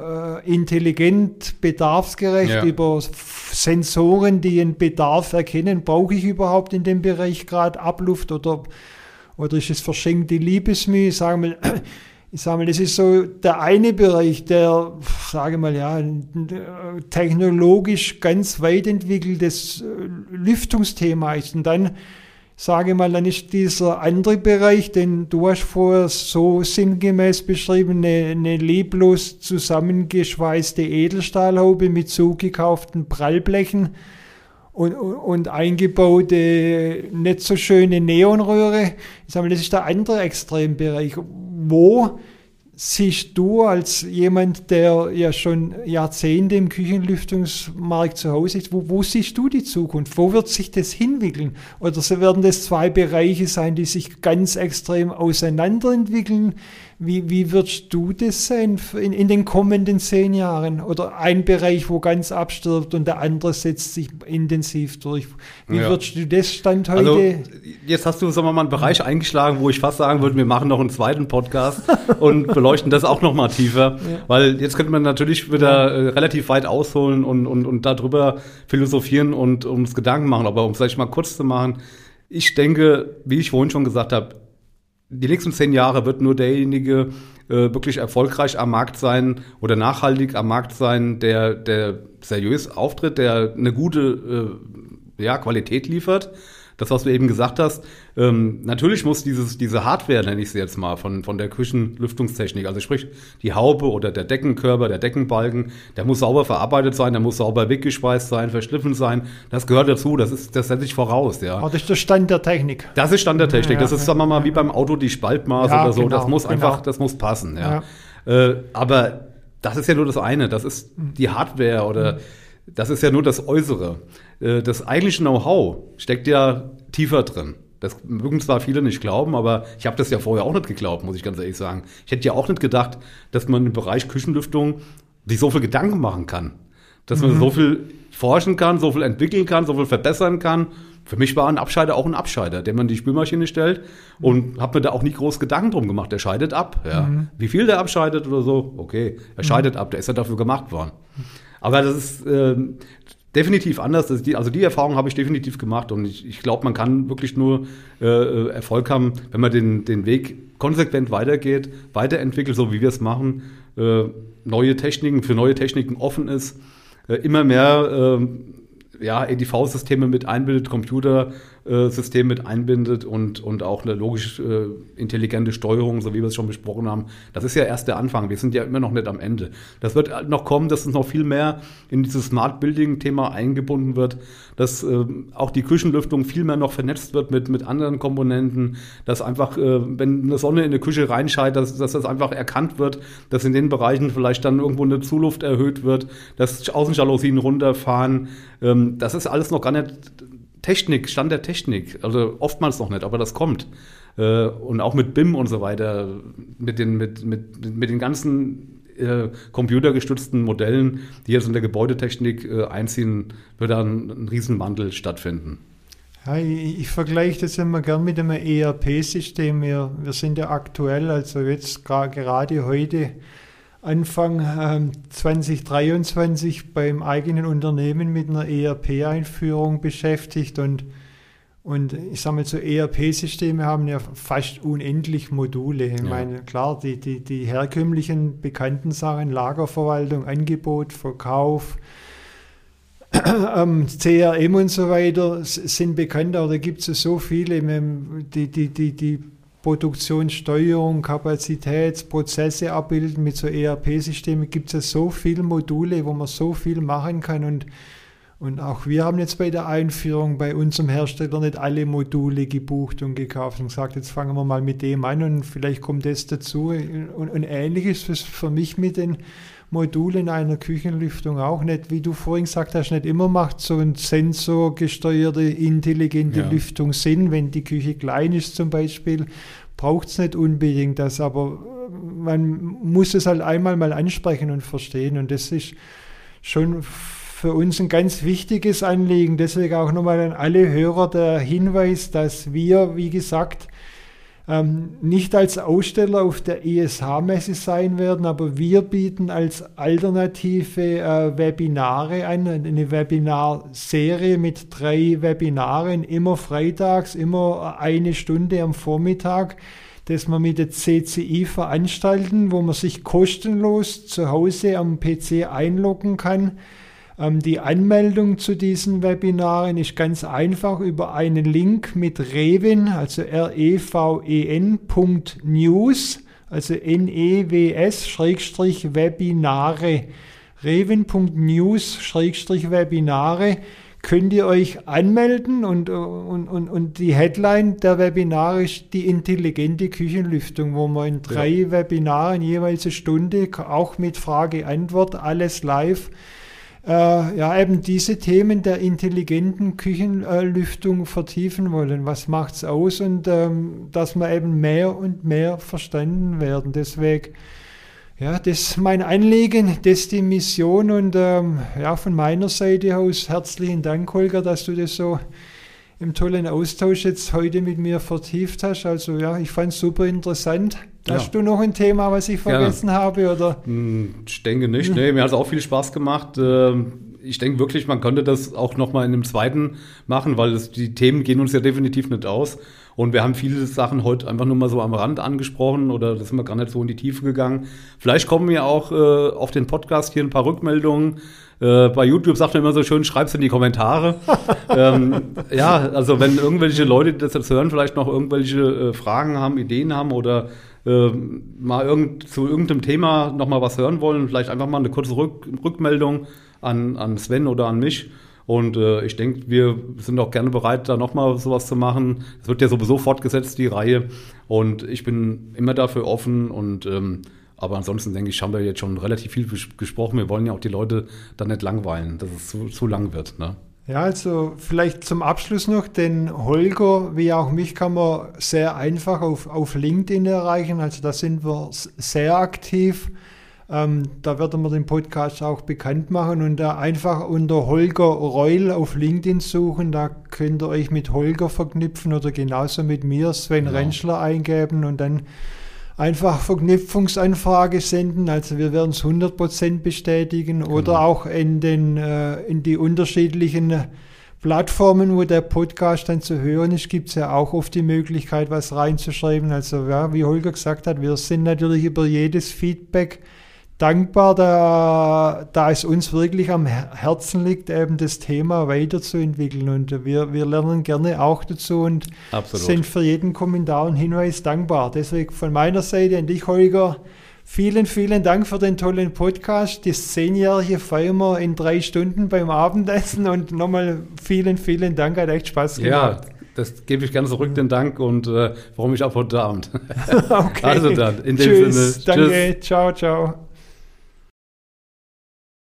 intelligent, bedarfsgerecht über Sensoren, die einen Bedarf erkennen. Brauche ich überhaupt in dem Bereich gerade Abluft oder ist es verschenkte Liebesmühe? Ich sage mal, das ist so der eine Bereich, der, sage mal, technologisch ganz weit entwickeltes Lüftungsthema ist. Und dann, sage mal, dann ist dieser andere Bereich, den du hast vorher so sinngemäß beschrieben, eine leblos zusammengeschweißte Edelstahlhaube mit zugekauften Prallblechen und eingebaute, nicht so schöne Neonröhre. Ich sage mal, das ist der andere Extrembereich. Wo siehst du als jemand, der ja schon Jahrzehnte im Küchenlüftungsmarkt zu Hause ist, wo siehst du die Zukunft? Wo wird sich das hinwickeln? Oder werden das zwei Bereiche sein, die sich ganz extrem auseinanderentwickeln? Wie würdest du das sehen in den kommenden 10 Jahren? Oder ein Bereich, wo ganz abstirbt und der andere setzt sich intensiv durch. Wie würdest du das Stand heute? Also, jetzt hast du, sagen wir mal, einen Bereich eingeschlagen, wo ich fast sagen würde, wir machen noch einen zweiten Podcast und beleuchten das auch noch mal tiefer. Weil jetzt könnte man natürlich wieder relativ weit ausholen und darüber philosophieren und uns Gedanken machen. Aber um es vielleicht mal kurz zu machen, ich denke, wie ich vorhin schon gesagt habe, die nächsten 10 Jahre wird nur derjenige wirklich erfolgreich am Markt sein oder nachhaltig am Markt sein, der seriös auftritt, der eine gute Qualität liefert. Das, was du eben gesagt hast, natürlich muss diese Hardware, nenne ich sie jetzt mal, von der Küchenlüftungstechnik, also sprich die Haube oder der Deckenkörper, der Deckenbalken, der muss sauber verarbeitet sein, der muss sauber weggeschweißt sein, verschliffen sein. Das gehört dazu, das setze ich voraus. Ja. Aber das ist der Stand der Technik. Das ist Stand der Technik. Das ist, sagen wir mal, wie beim Auto die Spaltmaße oder so. Genau, das muss einfach, das muss passen. Ja. Aber das ist ja nur das eine. Das ist die Hardware oder das ist ja nur das Äußere. Das eigentliche Know-how steckt ja tiefer drin. Das mögen zwar viele nicht glauben, aber ich habe das ja vorher auch nicht geglaubt, muss ich ganz ehrlich sagen. Ich hätte ja auch nicht gedacht, dass man im Bereich Küchenlüftung sich so viel Gedanken machen kann. dass man so viel forschen kann, so viel entwickeln kann, so viel verbessern kann. Für mich war ein Abscheider auch ein Abscheider, der man in die Spülmaschine stellt und habe mir da auch nie groß Gedanken drum gemacht. Der scheidet ab. Ja. Wie viel der abscheidet oder so, okay, er scheidet ab, der ist ja dafür gemacht worden. Aber das ist definitiv anders. Also die Erfahrung habe ich definitiv gemacht und ich glaube, man kann wirklich nur Erfolg haben, wenn man den Weg konsequent weitergeht, weiterentwickelt, so wie wir es machen, für neue Techniken offen ist, immer mehr EDV-Systeme mit einbindet, Computersystem mit einbindet und auch eine logisch intelligente Steuerung, so wie wir es schon besprochen haben. Das ist ja erst der Anfang. Wir sind ja immer noch nicht am Ende. Das wird noch kommen, dass es noch viel mehr in dieses Smart Building-Thema eingebunden wird, dass auch die Küchenlüftung viel mehr noch vernetzt wird mit anderen Komponenten, dass einfach, wenn eine Sonne in eine Küche reinscheint, dass das einfach erkannt wird, dass in den Bereichen vielleicht dann irgendwo eine Zuluft erhöht wird, dass Außenjalousien runterfahren. Das ist alles noch gar nicht Stand der Technik, also oftmals noch nicht, aber das kommt. Und auch mit BIM und so weiter, mit den ganzen computergestützten Modellen, die jetzt in der Gebäudetechnik einziehen, wird da ein Riesenwandel stattfinden. Ja, ich vergleiche das immer gern mit einem ERP-System. Wir sind ja aktuell, also jetzt gerade heute, Anfang 2023 beim eigenen Unternehmen mit einer ERP-Einführung beschäftigt und ich sage mal, so ERP-Systeme haben ja fast unendlich Module. Ich meine, klar, die herkömmlichen bekannten Sachen, Lagerverwaltung, Angebot, Verkauf, CRM und so weiter sind bekannt, aber da gibt es so viele, die Produktionssteuerung, Kapazitätsprozesse abbilden mit so ERP-Systemen, gibt es ja so viele Module, wo man so viel machen kann und auch wir haben jetzt bei der Einführung bei unserem Hersteller nicht alle Module gebucht und gekauft und gesagt, jetzt fangen wir mal mit dem an und vielleicht kommt das dazu und ähnlich ist es für mich mit den Modulen einer Küchenlüftung auch nicht, wie du vorhin gesagt hast, nicht immer macht so ein sensorgesteuerte, intelligente Lüftung Sinn. Wenn die Küche klein ist zum Beispiel, braucht es nicht unbedingt das, aber man muss es halt einmal mal ansprechen und verstehen und das ist schon für uns ein ganz wichtiges Anliegen. Deswegen auch nochmal an alle Hörer der Hinweis, dass wir, wie gesagt, nicht als Aussteller auf der ESH-Messe sein werden, aber wir bieten als Alternative Webinare an, eine Webinarserie mit 3 Webinaren, immer freitags, immer 1 Stunde am Vormittag, das wir mit der CCI veranstalten, wo man sich kostenlos zu Hause am PC einloggen kann. Die Anmeldung zu diesen Webinaren ist ganz einfach über einen Link mit Reven, also reven.news, also NEWS-Webinare, reven.news-Webinare, könnt ihr euch anmelden und die Headline der Webinare ist die intelligente Küchenlüftung, wo man in 3 Webinaren jeweils 1 Stunde, auch mit Frage-Antwort, alles live, eben diese Themen der intelligenten Küchenlüftung vertiefen wollen. Was macht es aus? Und dass wir eben mehr und mehr verstanden werden. Deswegen, das ist mein Anliegen, das ist die Mission und von meiner Seite aus herzlichen Dank, Holger, dass du das so im tollen Austausch jetzt heute mit mir vertieft hast. Also ich fand es super interessant. Hast du noch ein Thema, was ich vergessen habe? Oder? Ich denke nicht. Nee, mir hat es auch viel Spaß gemacht. Ich denke wirklich, man könnte das auch nochmal in einem zweiten machen, weil die Themen gehen uns ja definitiv nicht aus. Und wir haben viele Sachen heute einfach nur mal so am Rand angesprochen oder da sind wir gar nicht so in die Tiefe gegangen. Vielleicht kommen ja auch auf den Podcast hier ein paar Rückmeldungen. Bei YouTube sagt man immer so schön, schreib's in die Kommentare. Also wenn irgendwelche Leute, die das jetzt hören, vielleicht noch irgendwelche Fragen haben, Ideen haben oder mal zu irgendeinem Thema noch mal was hören wollen, vielleicht einfach mal eine kurze Rückmeldung an Sven oder an mich. Und ich denke, wir sind auch gerne bereit, da noch mal sowas zu machen. Es wird ja sowieso fortgesetzt, die Reihe. Und ich bin immer dafür offen und aber ansonsten denke ich, haben wir jetzt schon relativ viel gesprochen. Wir wollen ja auch die Leute dann nicht langweilen, dass es zu lang wird. Ne? Ja, also vielleicht zum Abschluss noch, den Holger wie auch mich kann man sehr einfach auf LinkedIn erreichen. Also da sind wir sehr aktiv. Da werden wir den Podcast auch bekannt machen und da einfach unter Holger Reul auf LinkedIn suchen. Da könnt ihr euch mit Holger verknüpfen oder genauso mit mir, Sven Rentschler, eingeben und dann einfach Verknüpfungsanfrage senden. Also wir werden es 100% bestätigen oder auch in die unterschiedlichen Plattformen, wo der Podcast dann zu hören ist, gibt es ja auch oft die Möglichkeit, was reinzuschreiben. Also ja, wie Holger gesagt hat, wir sind natürlich über jedes Feedback dankbar, da es uns wirklich am Herzen liegt, eben das Thema weiterzuentwickeln. Und wir lernen gerne auch dazu und sind für jeden Kommentar und Hinweis dankbar. Deswegen von meiner Seite an dich, Holger, vielen, vielen Dank für den tollen Podcast. Das 10-jährige feiern wir in 3 Stunden beim Abendessen und nochmal vielen, vielen Dank, hat echt Spaß gemacht. Ja, das gebe ich gerne zurück, den Dank und freue mich auf heute Abend. Okay. Also dann, in dem Tschüss, Sinne. Danke, ciao, ciao.